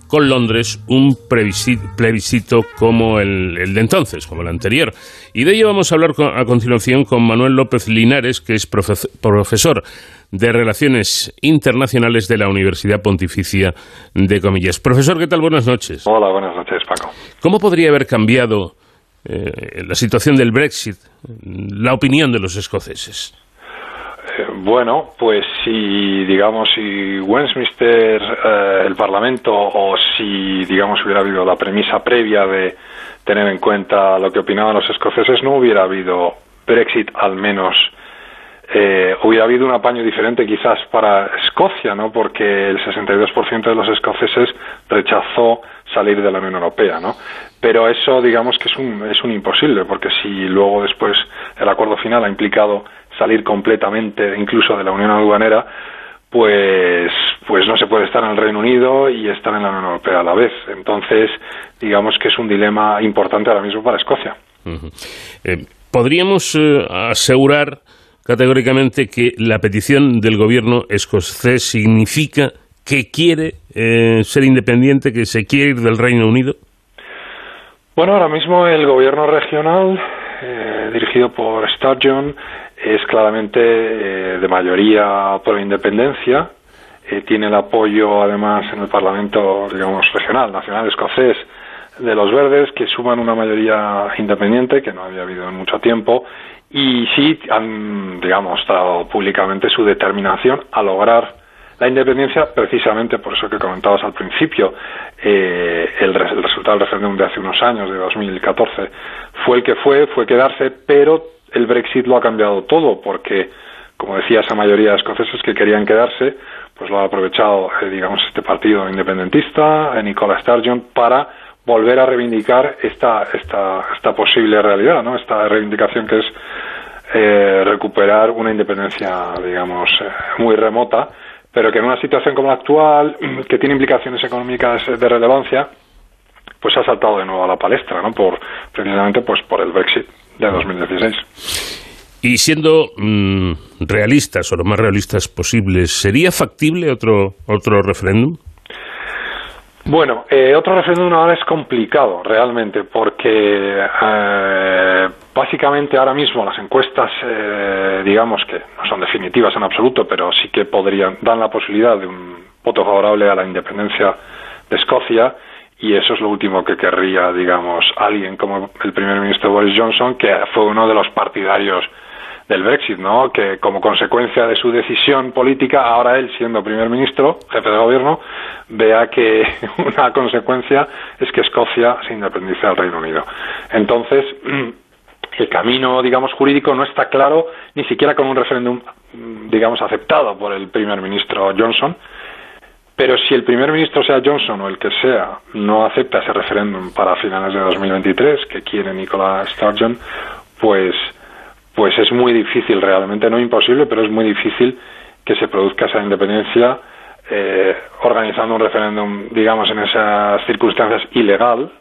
con Londres un plebiscito como el, el de entonces, como el anterior. Y de ello vamos a hablar con, a continuación con Manuel López Linares, que es profe- profesor de Relaciones Internacionales de la Universidad Pontificia de Comillas. Profesor, ¿qué tal? Buenas noches. Hola, buenas noches, Paco. ¿Cómo podría haber cambiado eh, la situación del Brexit, la opinión de los escoceses? Bueno, pues si, digamos, si Westminster, eh, el Parlamento, o si, digamos, hubiera habido la premisa previa de tener en cuenta lo que opinaban los escoceses, no hubiera habido Brexit, al menos eh, hubiera habido un apaño diferente quizás para Escocia, ¿no? Porque el sesenta y dos por ciento de los escoceses rechazó salir de la Unión Europea, ¿no? Pero eso, digamos, que es un, es un imposible, porque si luego después el acuerdo final ha implicado salir completamente incluso de la Unión Aduanera, pues pues no se puede estar en el Reino Unido y estar en la Unión Europea a la vez. Entonces, digamos que es un dilema importante ahora mismo para Escocia. Uh-huh. Eh, ¿Podríamos eh, asegurar categóricamente que la petición del gobierno escocés significa que quiere eh, ser independiente, que se quiere ir del Reino Unido? Bueno, ahora mismo el gobierno regional, eh, dirigido por Sturgeon, es claramente eh, de mayoría pro independencia, eh, tiene el apoyo además en el Parlamento, digamos, regional, nacional escocés, de los Verdes, que suman una mayoría independiente, que no había habido en mucho tiempo, y sí han, digamos, dado públicamente su determinación a lograr la independencia, precisamente por eso que comentabas al principio. Eh, el, re- el resultado del referéndum de hace unos años, de dos mil catorce, fue el que fue, fue quedarse, pero el Brexit lo ha cambiado todo, porque, como decía, esa mayoría de escoceses que querían quedarse, pues lo ha aprovechado, eh, digamos, este partido independentista, eh, Nicola Sturgeon, para volver a reivindicar esta esta esta posible realidad, ¿no? Esta reivindicación que es eh, recuperar una independencia, digamos, eh, muy remota, pero que en una situación como la actual, que tiene implicaciones económicas de relevancia, pues ha saltado de nuevo a la palestra, ¿no? Por precisamente pues por el Brexit de dos mil dieciséis. Y siendo mmm, realistas, o lo más realistas posibles, ¿sería factible otro otro referéndum? Bueno, eh, otro referéndum ahora es complicado, realmente, porque eh, básicamente ahora mismo las encuestas, eh, digamos que no son definitivas en absoluto, pero sí que podrían, dan la posibilidad de un voto favorable a la independencia de Escocia, y eso es lo último que querría, digamos, alguien como el primer ministro Boris Johnson, que fue uno de los partidarios del Brexit, ¿no? Que como consecuencia de su decisión política, ahora él, siendo primer ministro, jefe de gobierno, vea que una consecuencia es que Escocia se independice del Reino Unido. Entonces, el camino, digamos, jurídico no está claro, ni siquiera con un referéndum, digamos, aceptado por el primer ministro Johnson. Pero si el primer ministro, sea Johnson o el que sea, no acepta ese referéndum para finales de dos mil veintitrés, que quiere Nicola Sturgeon, pues pues es muy difícil, realmente no imposible, pero es muy difícil que se produzca esa independencia eh, organizando un referéndum, digamos, en esas circunstancias ilegal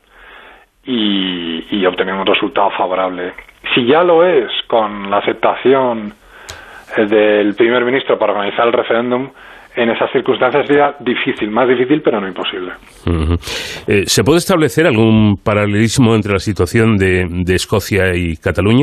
y, y obteniendo un resultado favorable. Si ya lo es con la aceptación eh, del primer ministro para organizar el referéndum, en esas circunstancias sería difícil, más difícil, pero no imposible. Uh-huh. Eh, ¿Se puede establecer algún paralelismo entre la situación de, de Escocia y Cataluña?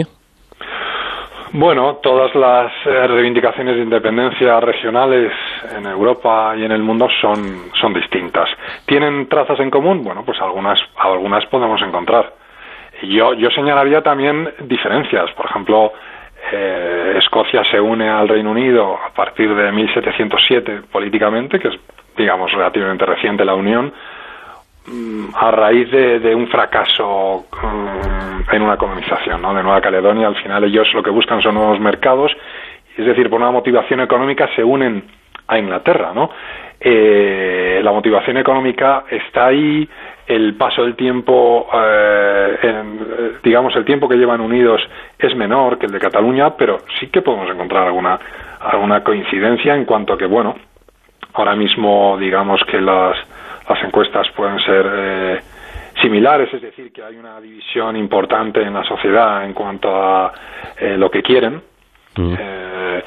Bueno, todas las eh, reivindicaciones de independencia regionales en Europa y en el mundo son, son distintas. ¿Tienen trazas en común? Bueno, pues algunas, algunas podemos encontrar. Yo, yo señalaría también diferencias. Por ejemplo, eh, Escocia se une al Reino Unido a partir de mil setecientos siete políticamente, que es, digamos, relativamente reciente la unión, a raíz de, de un fracaso um, en una colonización, ¿no? De Nueva Caledonia. Al final ellos lo que buscan son nuevos mercados, es decir, por una motivación económica se unen a Inglaterra, ¿no? Eh, la motivación económica está ahí, el paso del tiempo, eh, en, digamos, el tiempo que llevan unidos es menor que el de Cataluña, pero sí que podemos encontrar alguna, alguna coincidencia en cuanto a que, bueno, ahora mismo digamos que las Las encuestas pueden ser eh, similares, es decir, que hay una división importante en la sociedad en cuanto a eh, lo que quieren. Mm. Eh,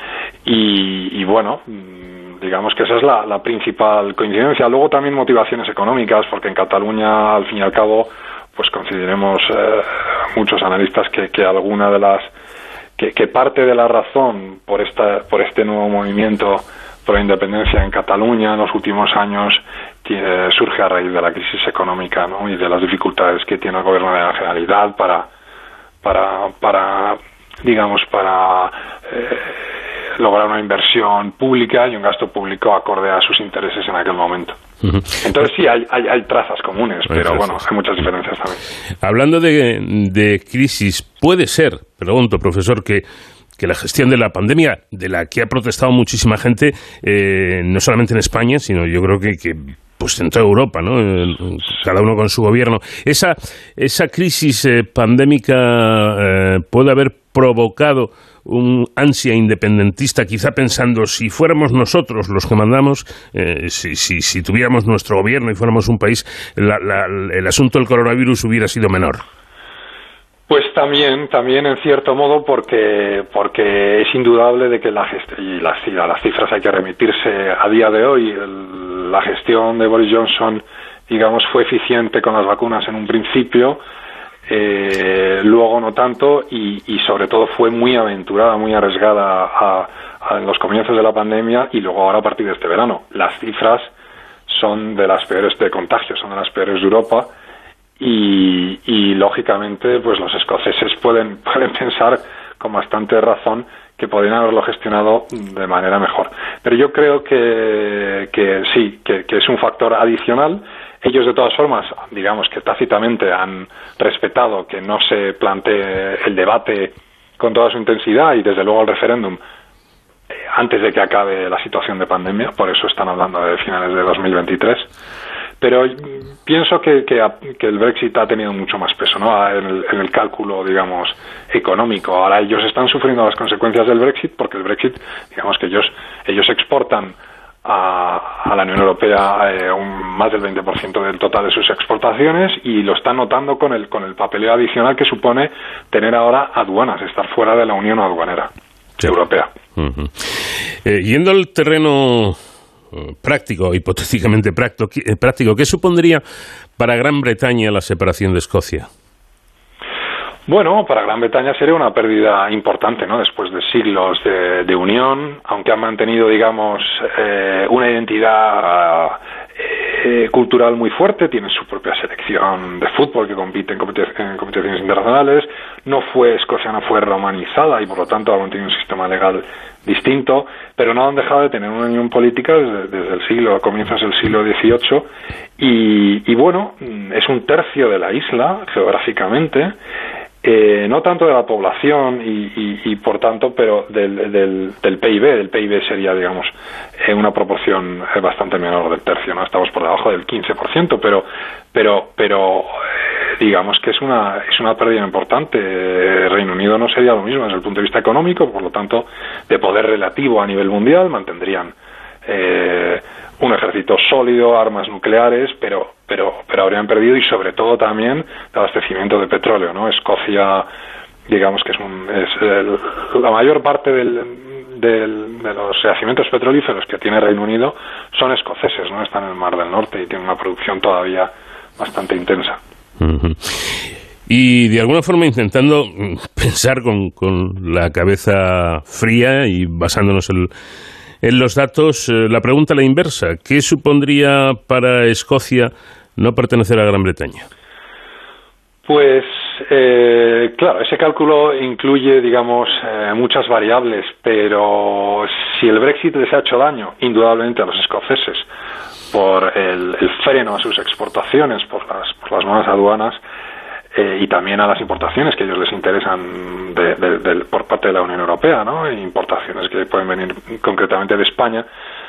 y, y bueno, digamos que esa es la, la principal coincidencia. Luego también motivaciones económicas, porque en Cataluña, al fin y al cabo, pues consideremos eh, muchos analistas que, que alguna de las que, que parte de la razón por esta por este nuevo movimiento por la independencia en Cataluña en los últimos años tiene, surge a raíz de la crisis económica, ¿no? Y de las dificultades que tiene el gobierno de la Generalitat para para para digamos para eh, lograr una inversión pública y un gasto público acorde a sus intereses en aquel momento. Uh-huh. Entonces sí, hay, hay, hay trazas comunes, hay pero trazas. Bueno, hay muchas diferencias también. Hablando de, de crisis, puede ser, pregunto, profesor, que, que la gestión de la pandemia, de la que ha protestado muchísima gente, eh, no solamente en España, sino yo creo que... que pues en toda Europa, ¿no? Cada uno con su gobierno. Esa, esa crisis eh, pandémica eh, puede haber provocado un ansia independentista, quizá pensando, si fuéramos nosotros los que mandamos, eh, si, si, si tuviéramos nuestro gobierno y fuéramos un país, la, la, el asunto del coronavirus hubiera sido menor. Pues también, también en cierto modo, porque porque es indudable de que la gestión, y las, y las cifras hay que remitirse a día de hoy, el, la gestión de Boris Johnson, digamos, fue eficiente con las vacunas en un principio, eh, luego no tanto, y, y sobre todo fue muy aventurada, muy arriesgada a, a, en los comienzos de la pandemia, y luego ahora a partir de este verano. Las cifras son de las peores de contagios, son de las peores de Europa. Y, y lógicamente pues los escoceses pueden pueden pensar con bastante razón que podrían haberlo gestionado de manera mejor, pero yo creo que que sí que, que es un factor adicional. Ellos de todas formas, digamos que tácitamente han respetado que no se plantee el debate con toda su intensidad y desde luego el referéndum eh, antes de que acabe la situación de pandemia, por eso están hablando de finales de dos mil veintitrés. Pero pienso que, que, que el Brexit ha tenido mucho más peso, ¿no? En el, en el cálculo, digamos, económico. Ahora ellos están sufriendo las consecuencias del Brexit porque el Brexit, digamos que ellos ellos exportan a, a la Unión Europea eh, un, más del veinte por ciento del total de sus exportaciones y lo están notando con el con el papeleo adicional que supone tener ahora aduanas, estar fuera de la Unión Aduanera sí. Europea. Uh-huh. Eh, yendo al terreno práctico, hipotéticamente práctico, ¿qué supondría para Gran Bretaña la separación de Escocia? Bueno, para Gran Bretaña sería una pérdida importante, ¿no? Después de siglos de, de unión, aunque han mantenido, digamos, eh, una identidad eh, cultural muy fuerte, tienen su propia selección de fútbol que compite en, competi- en competiciones internacionales. No fue Escocia no fue romanizada y por lo tanto ha mantenido un sistema legal distinto, pero no han dejado de tener una unión política desde, desde el siglo, comienzos del siglo dieciocho y, y bueno, es un tercio de la isla geográficamente. Eh, no tanto de la población y, y, y por tanto, pero del, del, del P I B, del P I B sería, digamos, eh, una proporción eh, bastante menor del tercio, ¿no? Estamos por debajo del quince por ciento, pero, pero, pero eh, digamos que es una, es una pérdida importante. Eh, Reino Unido no sería lo mismo desde el punto de vista económico, por lo tanto, de poder relativo a nivel mundial, mantendrían eh, un ejército sólido, armas nucleares, pero pero pero habrían perdido y sobre todo también de abastecimiento de petróleo, ¿no? Escocia, digamos que es, un, es el, la mayor parte del, del, de los yacimientos petrolíferos que tiene Reino Unido son escoceses, ¿no? Están en el Mar del Norte y tienen una producción todavía bastante intensa. Uh-huh. Y de alguna forma intentando pensar con, con la cabeza fría y basándonos en En los datos, eh, la pregunta la inversa. ¿Qué supondría para Escocia no pertenecer a Gran Bretaña? Pues, eh, claro, ese cálculo incluye, digamos, eh, muchas variables, pero si el Brexit les ha hecho daño, indudablemente a los escoceses, por el, el freno a sus exportaciones, por las, por las nuevas aduanas, Eh, y también a las importaciones que a ellos les interesan de, de, de, por parte de la Unión Europea, ¿no? Importaciones que pueden venir concretamente de España.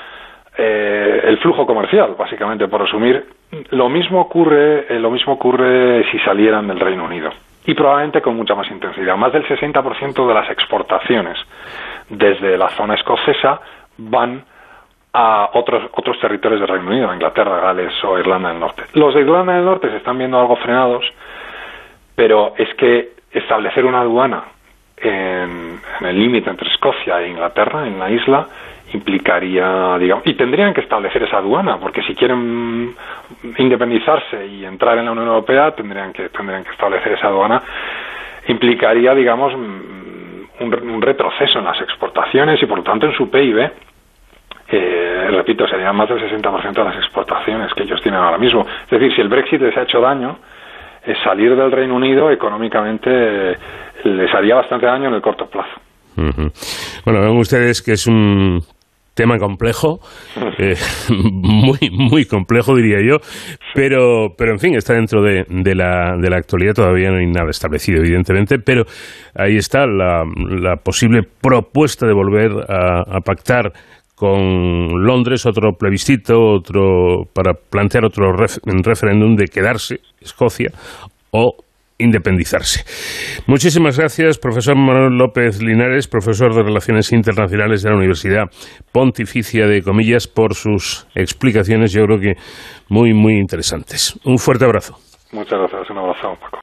Eh, el flujo comercial, básicamente, por resumir, lo mismo ocurre, eh, lo mismo ocurre si salieran del Reino Unido y probablemente con mucha más intensidad. Más del sesenta por ciento de las exportaciones desde la zona escocesa van a otros otros territorios del Reino Unido, Inglaterra, Gales o Irlanda del Norte. Los de Irlanda del Norte se están viendo algo frenados, pero es que establecer una aduana en, en el límite entre Escocia e Inglaterra, en la isla, implicaría, digamos, y tendrían que establecer esa aduana, porque si quieren independizarse y entrar en la Unión Europea, tendrían que tendrían que establecer esa aduana. Implicaría, digamos, un, un retroceso en las exportaciones y, por lo tanto, en su P I B. Eh, repito, serían más del sesenta por ciento de las exportaciones que ellos tienen ahora mismo. Es decir, si el Brexit les ha hecho daño, eh, salir del Reino Unido económicamente eh, les haría bastante daño en el corto plazo. Uh-huh. Bueno, ven ustedes que es un tema complejo, eh, muy muy complejo diría yo, pero pero en fin, está dentro de, de, la, de la actualidad. Todavía no hay nada establecido, evidentemente, pero ahí está la, la posible propuesta de volver a, a pactar con Londres otro plebiscito, otro para plantear otro ref, referéndum de quedarse Escocia o independizarse. Muchísimas gracias, profesor Manuel López Linares, profesor de Relaciones Internacionales de la Universidad Pontificia de Comillas, por sus explicaciones, yo creo que muy, muy interesantes. Un fuerte abrazo. Muchas gracias, un abrazo, Paco.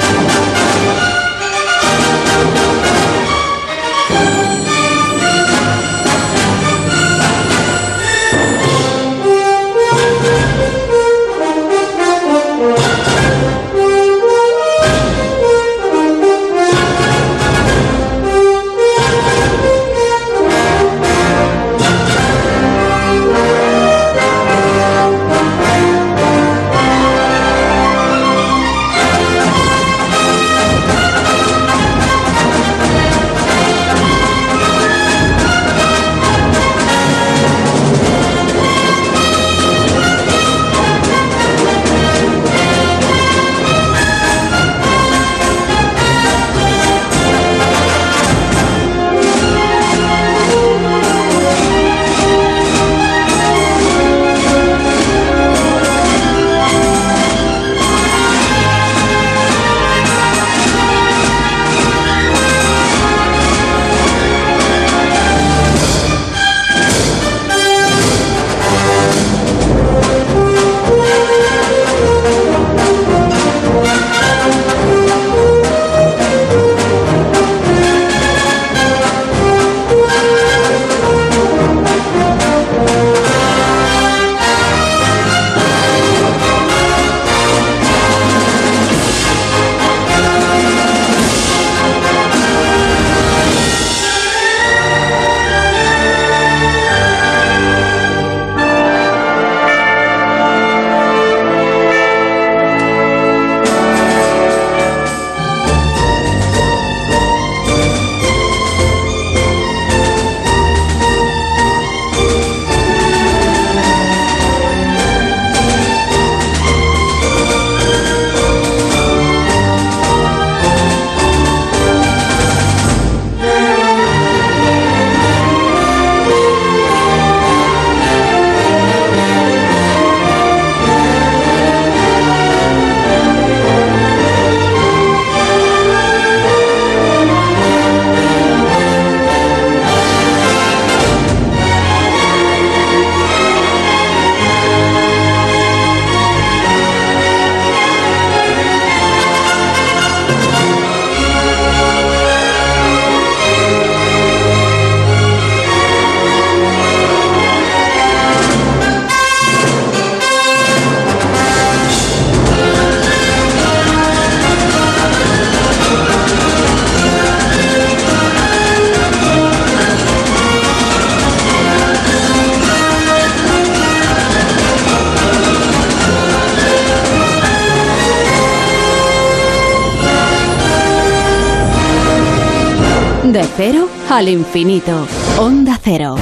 De cero al infinito. Onda Cero.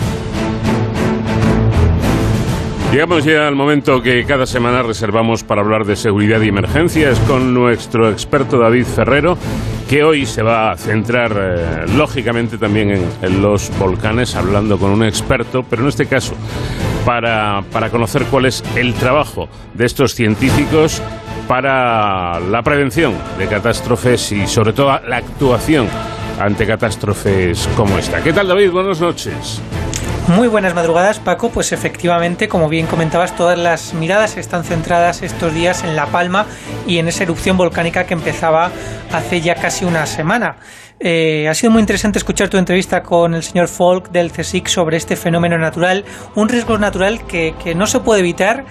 Llegamos ya al momento que cada semana reservamos para hablar de seguridad y emergencias con nuestro experto David Ferrero, que hoy se va a centrar eh, lógicamente también en, en los volcanes, hablando con un experto, pero en este caso para, para conocer cuál es el trabajo de estos científicos para la prevención de catástrofes y sobre todo la actuación ante catástrofes como esta. ¿Qué tal, David? Buenas noches. Muy buenas madrugadas, Paco. Pues efectivamente, como bien comentabas, todas las miradas están centradas estos días en La Palma y en esa erupción volcánica que empezaba hace ya casi una semana. Eh, ha sido muy interesante escuchar tu entrevista con el señor Folk del CSIC sobre este fenómeno natural, un riesgo natural que, que no se puede evitar.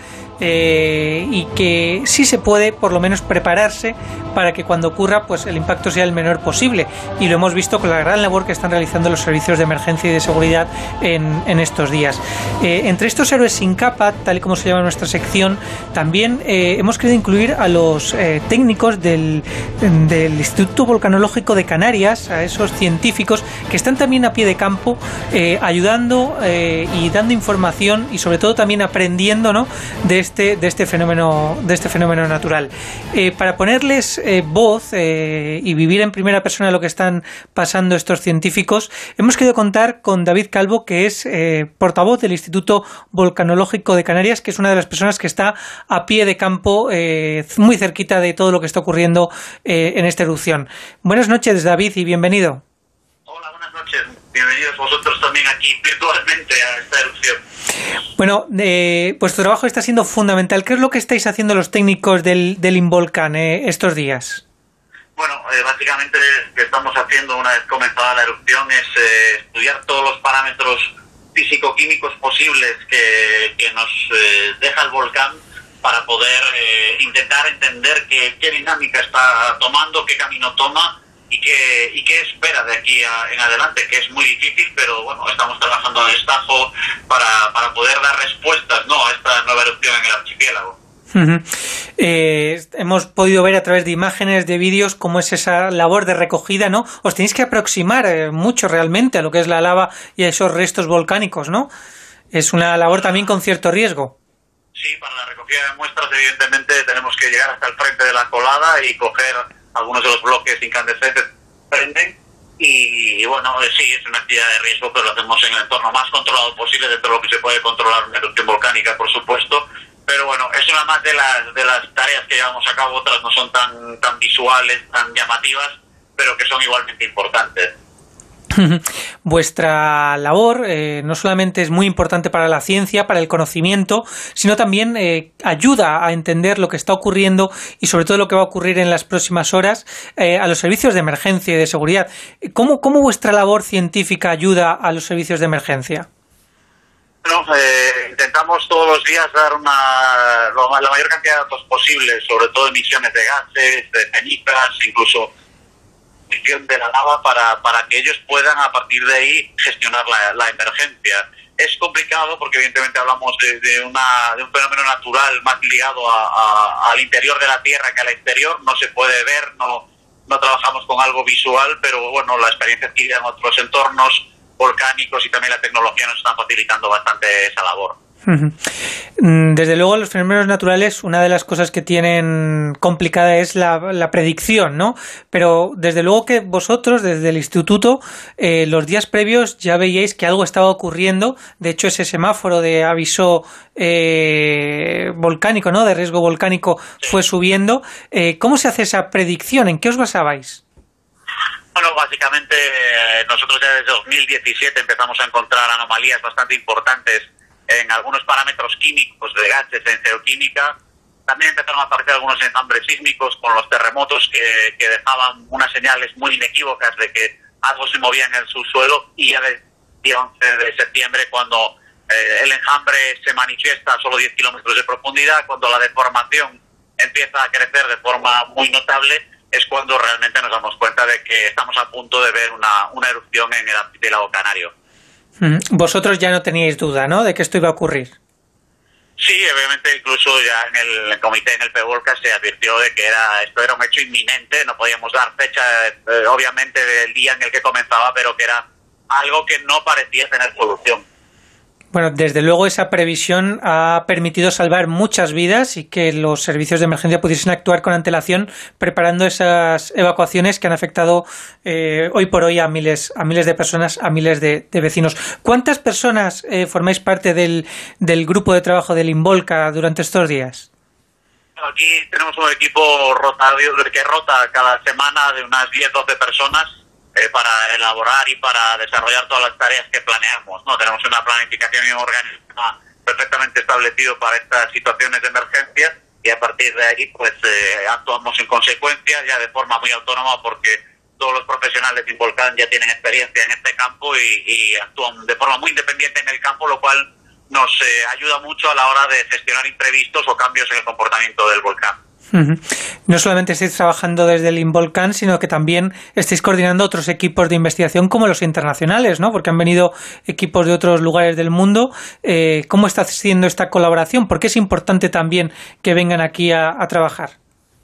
Eh, y que sí se puede por lo menos prepararse para que cuando ocurra pues el impacto sea el menor posible, y lo hemos visto con la gran labor que están realizando los servicios de emergencia y de seguridad en, en estos días. Eh, entre estos héroes sin capa, tal y como se llama en nuestra sección, también eh, hemos querido incluir a los eh, técnicos del, del Instituto Volcanológico de Canarias, a esos científicos que están también a pie de campo eh, ayudando eh, y dando información y sobre todo también aprendiendo, ¿no?, de este Este, de este fenómeno de este fenómeno natural. Eh, para ponerles eh, voz eh, y vivir en primera persona lo que están pasando estos científicos, hemos querido contar con David Calvo, que es eh, portavoz del Instituto Volcanológico de Canarias, que es una de las personas que está a pie de campo, eh, muy cerquita de todo lo que está ocurriendo eh, en esta erupción. Buenas noches, David, y bienvenido. Hola, buenas noches. Bienvenidos vosotros también aquí virtualmente a esta erupción. Bueno, eh, vuestro trabajo está siendo fundamental. ¿Qué es lo que estáis haciendo los técnicos del, del Involcan eh, estos días? Bueno, eh, básicamente lo que estamos haciendo una vez comenzada la erupción es eh, estudiar todos los parámetros físico-químicos posibles que, que nos eh, deja el volcán para poder eh, intentar entender qué, qué dinámica está tomando, qué camino toma y qué, y qué espera de aquí a, en adelante, que es muy difícil, pero bueno, estamos trabajando a destajo para, para poder dar respuestas, ¿no?, a esta nueva erupción en el archipiélago. Uh-huh. Eh, hemos podido ver a través de imágenes, de vídeos, cómo es esa labor de recogida, ¿no? Os tenéis que aproximar eh, mucho realmente a lo que es la lava y a esos restos volcánicos, ¿no? Es una labor también con cierto riesgo. Sí, para la recogida de muestras evidentemente tenemos que llegar hasta el frente de la colada y coger algunos de los bloques incandescentes que prenden y, y bueno, eh, sí, es una actividad de riesgo, pero lo hacemos en el entorno más controlado posible dentro de lo que se puede controlar una erupción volcánica, por supuesto, pero bueno, es una más de las de las tareas que llevamos a cabo, otras no son tan, tan visuales, tan llamativas, pero que son igualmente importantes. Vuestra labor eh, no solamente es muy importante para la ciencia, para el conocimiento, sino también eh, ayuda a entender lo que está ocurriendo y sobre todo lo que va a ocurrir en las próximas horas eh, a los servicios de emergencia y de seguridad. ¿Cómo, cómo vuestra labor científica ayuda a los servicios de emergencia? Bueno, eh, intentamos todos los días dar una lo, la mayor cantidad de datos posibles, sobre todo emisiones de gases, de cenizas, incluso de la lava para, para que ellos puedan a partir de ahí gestionar la, la emergencia. Es complicado porque evidentemente hablamos de, de, una, de un fenómeno natural más ligado a, a, al interior de la Tierra que al exterior, no se puede ver, no, no trabajamos con algo visual, pero bueno, la experiencia adquirida en otros entornos volcánicos y también la tecnología nos están facilitando bastante esa labor. Desde luego los fenómenos naturales, una de las cosas que tienen complicada es la, la predicción, ¿no? Pero desde luego que vosotros desde el instituto eh, los días previos ya veíais que algo estaba ocurriendo. De hecho ese semáforo de aviso eh, volcánico, ¿no?, de riesgo volcánico fue subiendo. Eh, ¿Cómo se hace esa predicción? ¿En qué os basabais? Bueno, básicamente eh, nosotros ya desde dos mil diecisiete empezamos a encontrar anomalías bastante importantes en algunos parámetros químicos de gases en geoquímica. También empezaron a aparecer algunos enjambres sísmicos con los terremotos que, que dejaban unas señales muy inequívocas de que algo se movía en el subsuelo, y ya desde el once de septiembre, cuando eh, el enjambre se manifiesta a solo diez kilómetros de profundidad, cuando la deformación empieza a crecer de forma muy notable, es cuando realmente nos damos cuenta de que estamos a punto de ver una, una erupción en el archipiélago canario. Vosotros ya no teníais duda, ¿no?, de que esto iba a ocurrir. Sí, obviamente incluso ya en el, el comité, en el PEVOLCA, se advirtió de que era esto era un hecho inminente, no podíamos dar fecha eh, obviamente del día en el que comenzaba, pero que era algo que no parecía tener solución. Bueno, desde luego esa previsión ha permitido salvar muchas vidas y que los servicios de emergencia pudiesen actuar con antelación, preparando esas evacuaciones que han afectado eh, hoy por hoy a miles, a miles de personas, a miles de, de vecinos. ¿Cuántas personas eh, formáis parte del, del grupo de trabajo del Involca durante estos días? Aquí tenemos un equipo rotario que rota cada semana de unas diez a doce personas. Eh, para elaborar y para desarrollar todas las tareas que planeamos, ¿no? Tenemos una planificación y un organigrama perfectamente establecido para estas situaciones de emergencia, y a partir de ahí pues eh, actuamos en consecuencia ya de forma muy autónoma, porque todos los profesionales de Involcan ya tienen experiencia en este campo y, y actúan de forma muy independiente en el campo, lo cual nos eh, ayuda mucho a la hora de gestionar imprevistos o cambios en el comportamiento del volcán. Uh-huh. No solamente estáis trabajando desde el Involcan, sino que también estáis coordinando otros equipos de investigación como los internacionales, ¿no? Porque han venido equipos de otros lugares del mundo. Eh, ¿Cómo está siendo esta colaboración? ¿Por qué es importante también que vengan aquí a, a trabajar?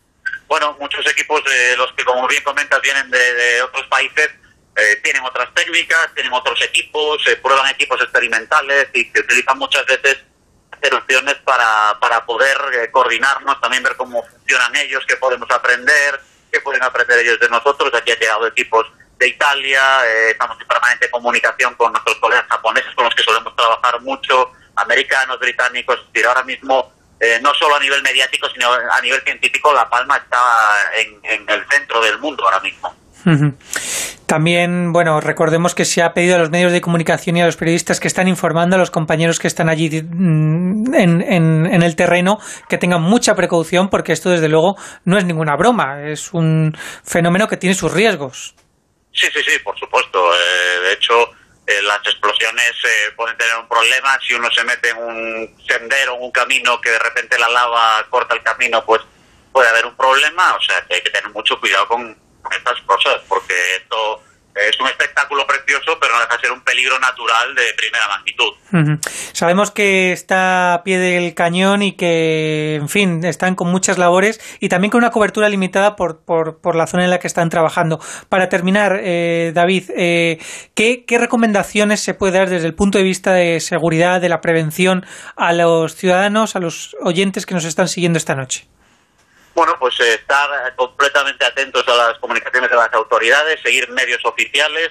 Bueno, muchos equipos de los que, como bien comentas, vienen de, de otros países, eh, tienen otras técnicas, tienen otros equipos, eh, prueban equipos experimentales y se utilizan muchas veces opciones para, para poder eh, coordinarnos, también ver cómo funcionan ellos, qué podemos aprender, qué pueden aprender ellos de nosotros. Aquí han llegado equipos de Italia, eh, estamos en permanente comunicación con nuestros colegas japoneses, con los que solemos trabajar mucho, americanos, británicos. Es decir, ahora mismo, eh, no solo a nivel mediático, sino a nivel científico, La Palma está en, en el centro del mundo ahora mismo. Uh-huh. También, bueno, recordemos que se ha pedido a los medios de comunicación y a los periodistas que están informando, a los compañeros que están allí en, en, en el terreno, que tengan mucha precaución, porque esto, desde luego, no es ninguna broma, es un fenómeno que tiene sus riesgos. Sí, sí, sí, por supuesto. Eh, de hecho, eh, las explosiones eh, pueden tener un problema. Si uno se mete en un sendero, en un camino que de repente la lava corta el camino, pues puede haber un problema. O sea, que hay que tener mucho cuidado con estas cosas, porque esto es un espectáculo precioso, pero no deja de ser un peligro natural de primera magnitud. Uh-huh. Sabemos que está a pie del cañón y que, en fin, están con muchas labores y también con una cobertura limitada por, por, por la zona en la que están trabajando. Para terminar, eh, David, eh, ¿qué, ¿qué recomendaciones se puede dar desde el punto de vista de seguridad, de la prevención, a los ciudadanos, a los oyentes que nos están siguiendo esta noche? Bueno, pues eh, estar completamente atentos a las comunicaciones de las autoridades, seguir medios oficiales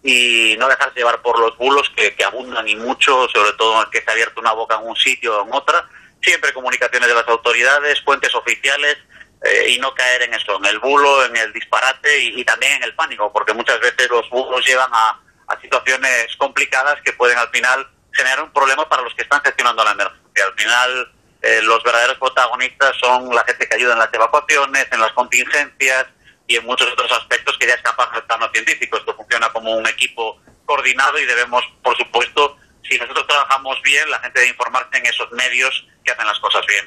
y no dejarse llevar por los bulos que, que abundan y mucho, sobre todo que se ha abierto una boca en un sitio o en otra. Siempre comunicaciones de las autoridades, fuentes oficiales eh, y no caer en eso, en el bulo, en el disparate y, y también en el pánico, porque muchas veces los bulos llevan a, a situaciones complicadas que pueden al final generar un problema para los que están gestionando la emergencia. Al final, Eh, los verdaderos protagonistas son la gente que ayuda en las evacuaciones, en las contingencias y en muchos otros aspectos que ya escapan al plano científico. Esto funciona como un equipo coordinado y debemos, por supuesto, si nosotros trabajamos bien, la gente debe informarse en esos medios que hacen las cosas bien.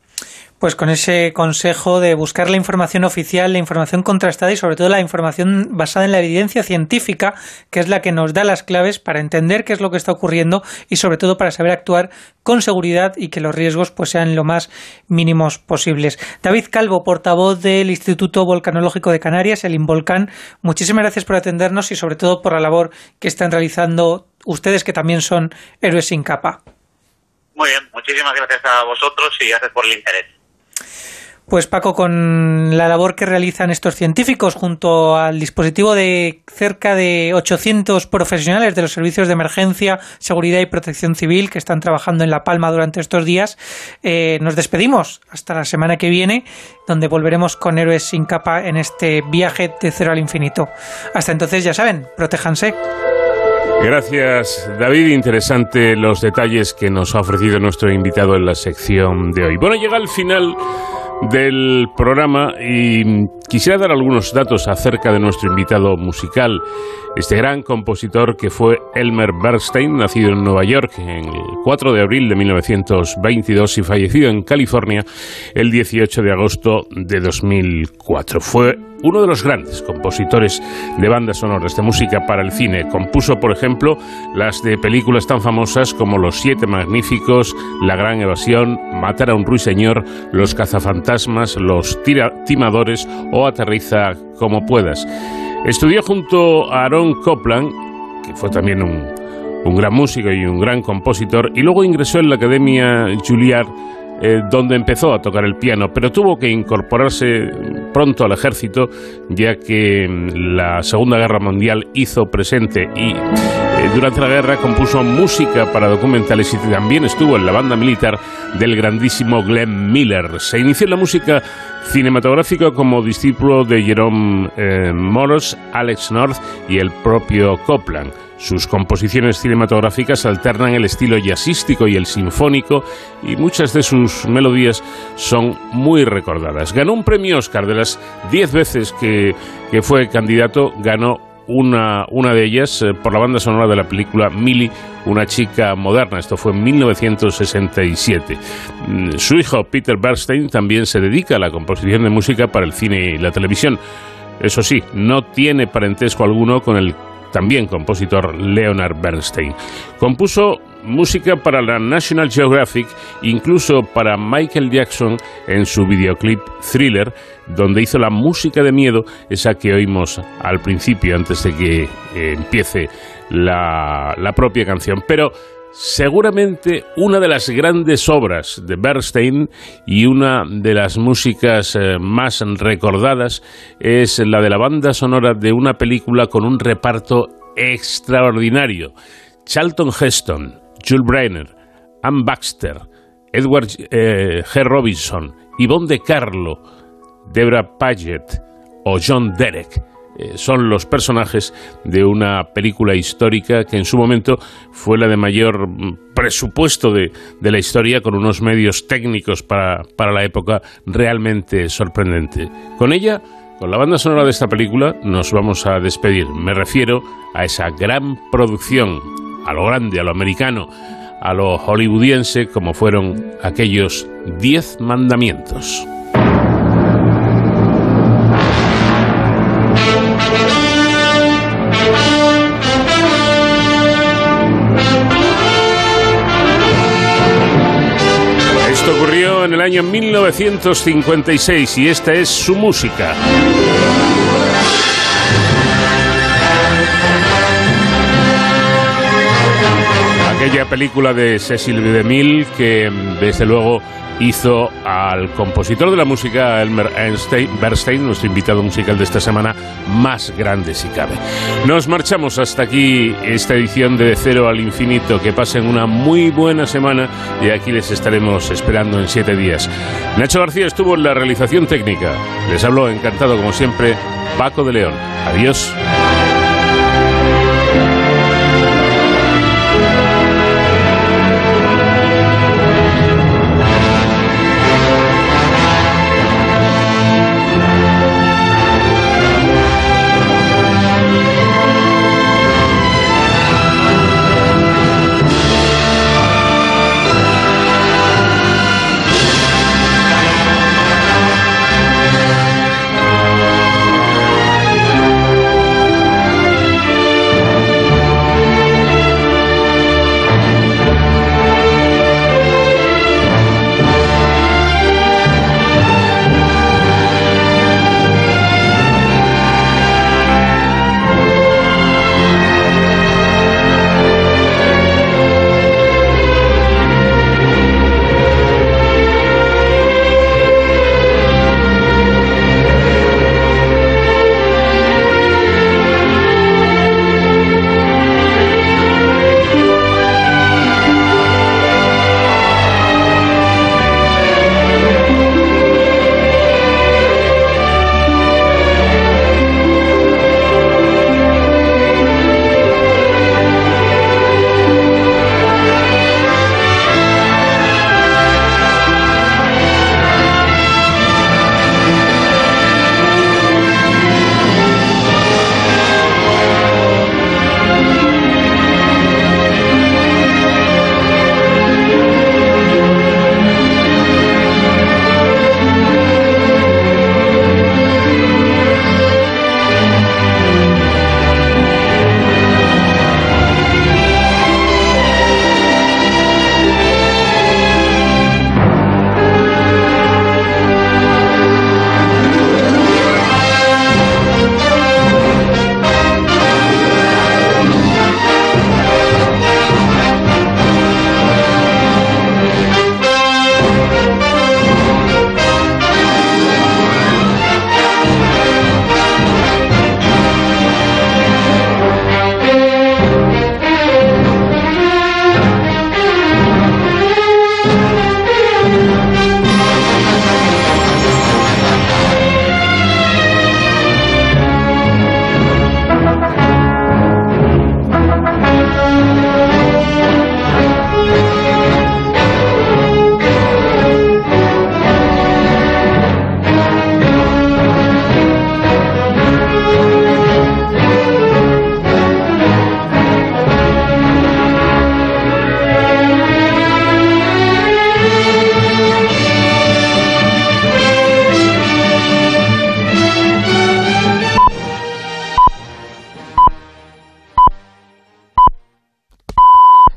Pues con ese consejo de buscar la información oficial, la información contrastada y sobre todo la información basada en la evidencia científica, que es la que nos da las claves para entender qué es lo que está ocurriendo y sobre todo para saber actuar con seguridad y que los riesgos pues sean lo más mínimos posibles. David Calvo, portavoz del Instituto Volcanológico de Canarias, el Involcan, muchísimas gracias por atendernos y sobre todo por la labor que están realizando ustedes, que también son héroes sin capa. Muy bien, muchísimas gracias a vosotros y gracias por el interés. Pues Paco, con la labor que realizan estos científicos junto al dispositivo de cerca de ochocientos profesionales de los servicios de emergencia, seguridad y protección civil que están trabajando en La Palma durante estos días, eh, nos despedimos hasta la semana que viene, donde volveremos con Héroes sin capa en este viaje de cero al infinito. Hasta entonces, ya saben, protéjanse. Gracias, David. Interesante los detalles que nos ha ofrecido nuestro invitado en la sección de hoy. Bueno, llega el final del programa y quisiera dar algunos datos acerca de nuestro invitado musical, este gran compositor que fue Elmer Bernstein, nacido en Nueva York el cuatro de abril de mil novecientos veintidós y fallecido en California el dieciocho de agosto de dos mil cuatro. Fue uno de los grandes compositores de bandas sonoras de música para el cine. Compuso, por ejemplo, las de películas tan famosas como Los Siete Magníficos, La Gran Evasión, Matar a un ruiseñor, Los Cazafantasmas, Los tira- Timadores o Aterriza como puedas. Estudió junto a Aaron Copland, que fue también un, un gran músico y un gran compositor, y luego ingresó en la Academia Juilliard, Eh, donde empezó a tocar el piano, pero tuvo que incorporarse pronto al ejército, ya que la Segunda Guerra Mundial hizo presente y eh, durante la guerra compuso música para documentales y también estuvo en la banda militar del grandísimo Glenn Miller. Se inició en la música cinematográfico como discípulo de Jerome eh, Moros, Alex North y el propio Copland. Sus composiciones cinematográficas alternan el estilo jazzístico y el sinfónico y muchas de sus melodías son muy recordadas. Ganó un premio Oscar. De las diez veces que, que fue candidato, ganó una, una de ellas eh, por la banda sonora de la película Millie, una chica moderna. Esto fue en mil novecientos sesenta y siete. Su hijo Peter Bernstein también se dedica a la composición de música para el cine y la televisión. Eso sí, no tiene parentesco alguno con el también compositor Leonard Bernstein. Compuso música para la National Geographic, incluso para Michael Jackson en su videoclip Thriller, donde hizo la música de miedo, esa que oímos al principio antes de que eh, empiece la, la propia canción. Pero seguramente una de las grandes obras de Bernstein y una de las músicas eh, más recordadas es la de la banda sonora de una película con un reparto extraordinario. Charlton Heston, Jules Briner, Ann Baxter, Edward eh, G. Robinson, Yvonne De Carlo, Deborah Paget o John Derek. Eh, son los personajes de una película histórica que en su momento fue la de mayor presupuesto de, de la historia, con unos medios técnicos para, para la época realmente sorprendente. Con ella, con la banda sonora de esta película, nos vamos a despedir. Me refiero a esa gran producción, a lo grande, a lo americano, a lo hollywoodiense, como fueron aquellos Diez Mandamientos. Esto ocurrió en el año mil novecientos cincuenta y seis y esta es su música. Aquella película de Cecil B. DeMille que, desde luego, hizo al compositor de la música, Elmer Bernstein, nuestro invitado musical de esta semana, más grande si cabe. Nos marchamos hasta aquí esta edición de De Cero al Infinito. Que pasen una muy buena semana y aquí les estaremos esperando en siete días. Nacho García estuvo en la realización técnica. Les habló, encantado como siempre, Paco de León. Adiós.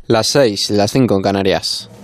Las seis, las cinco en Canarias.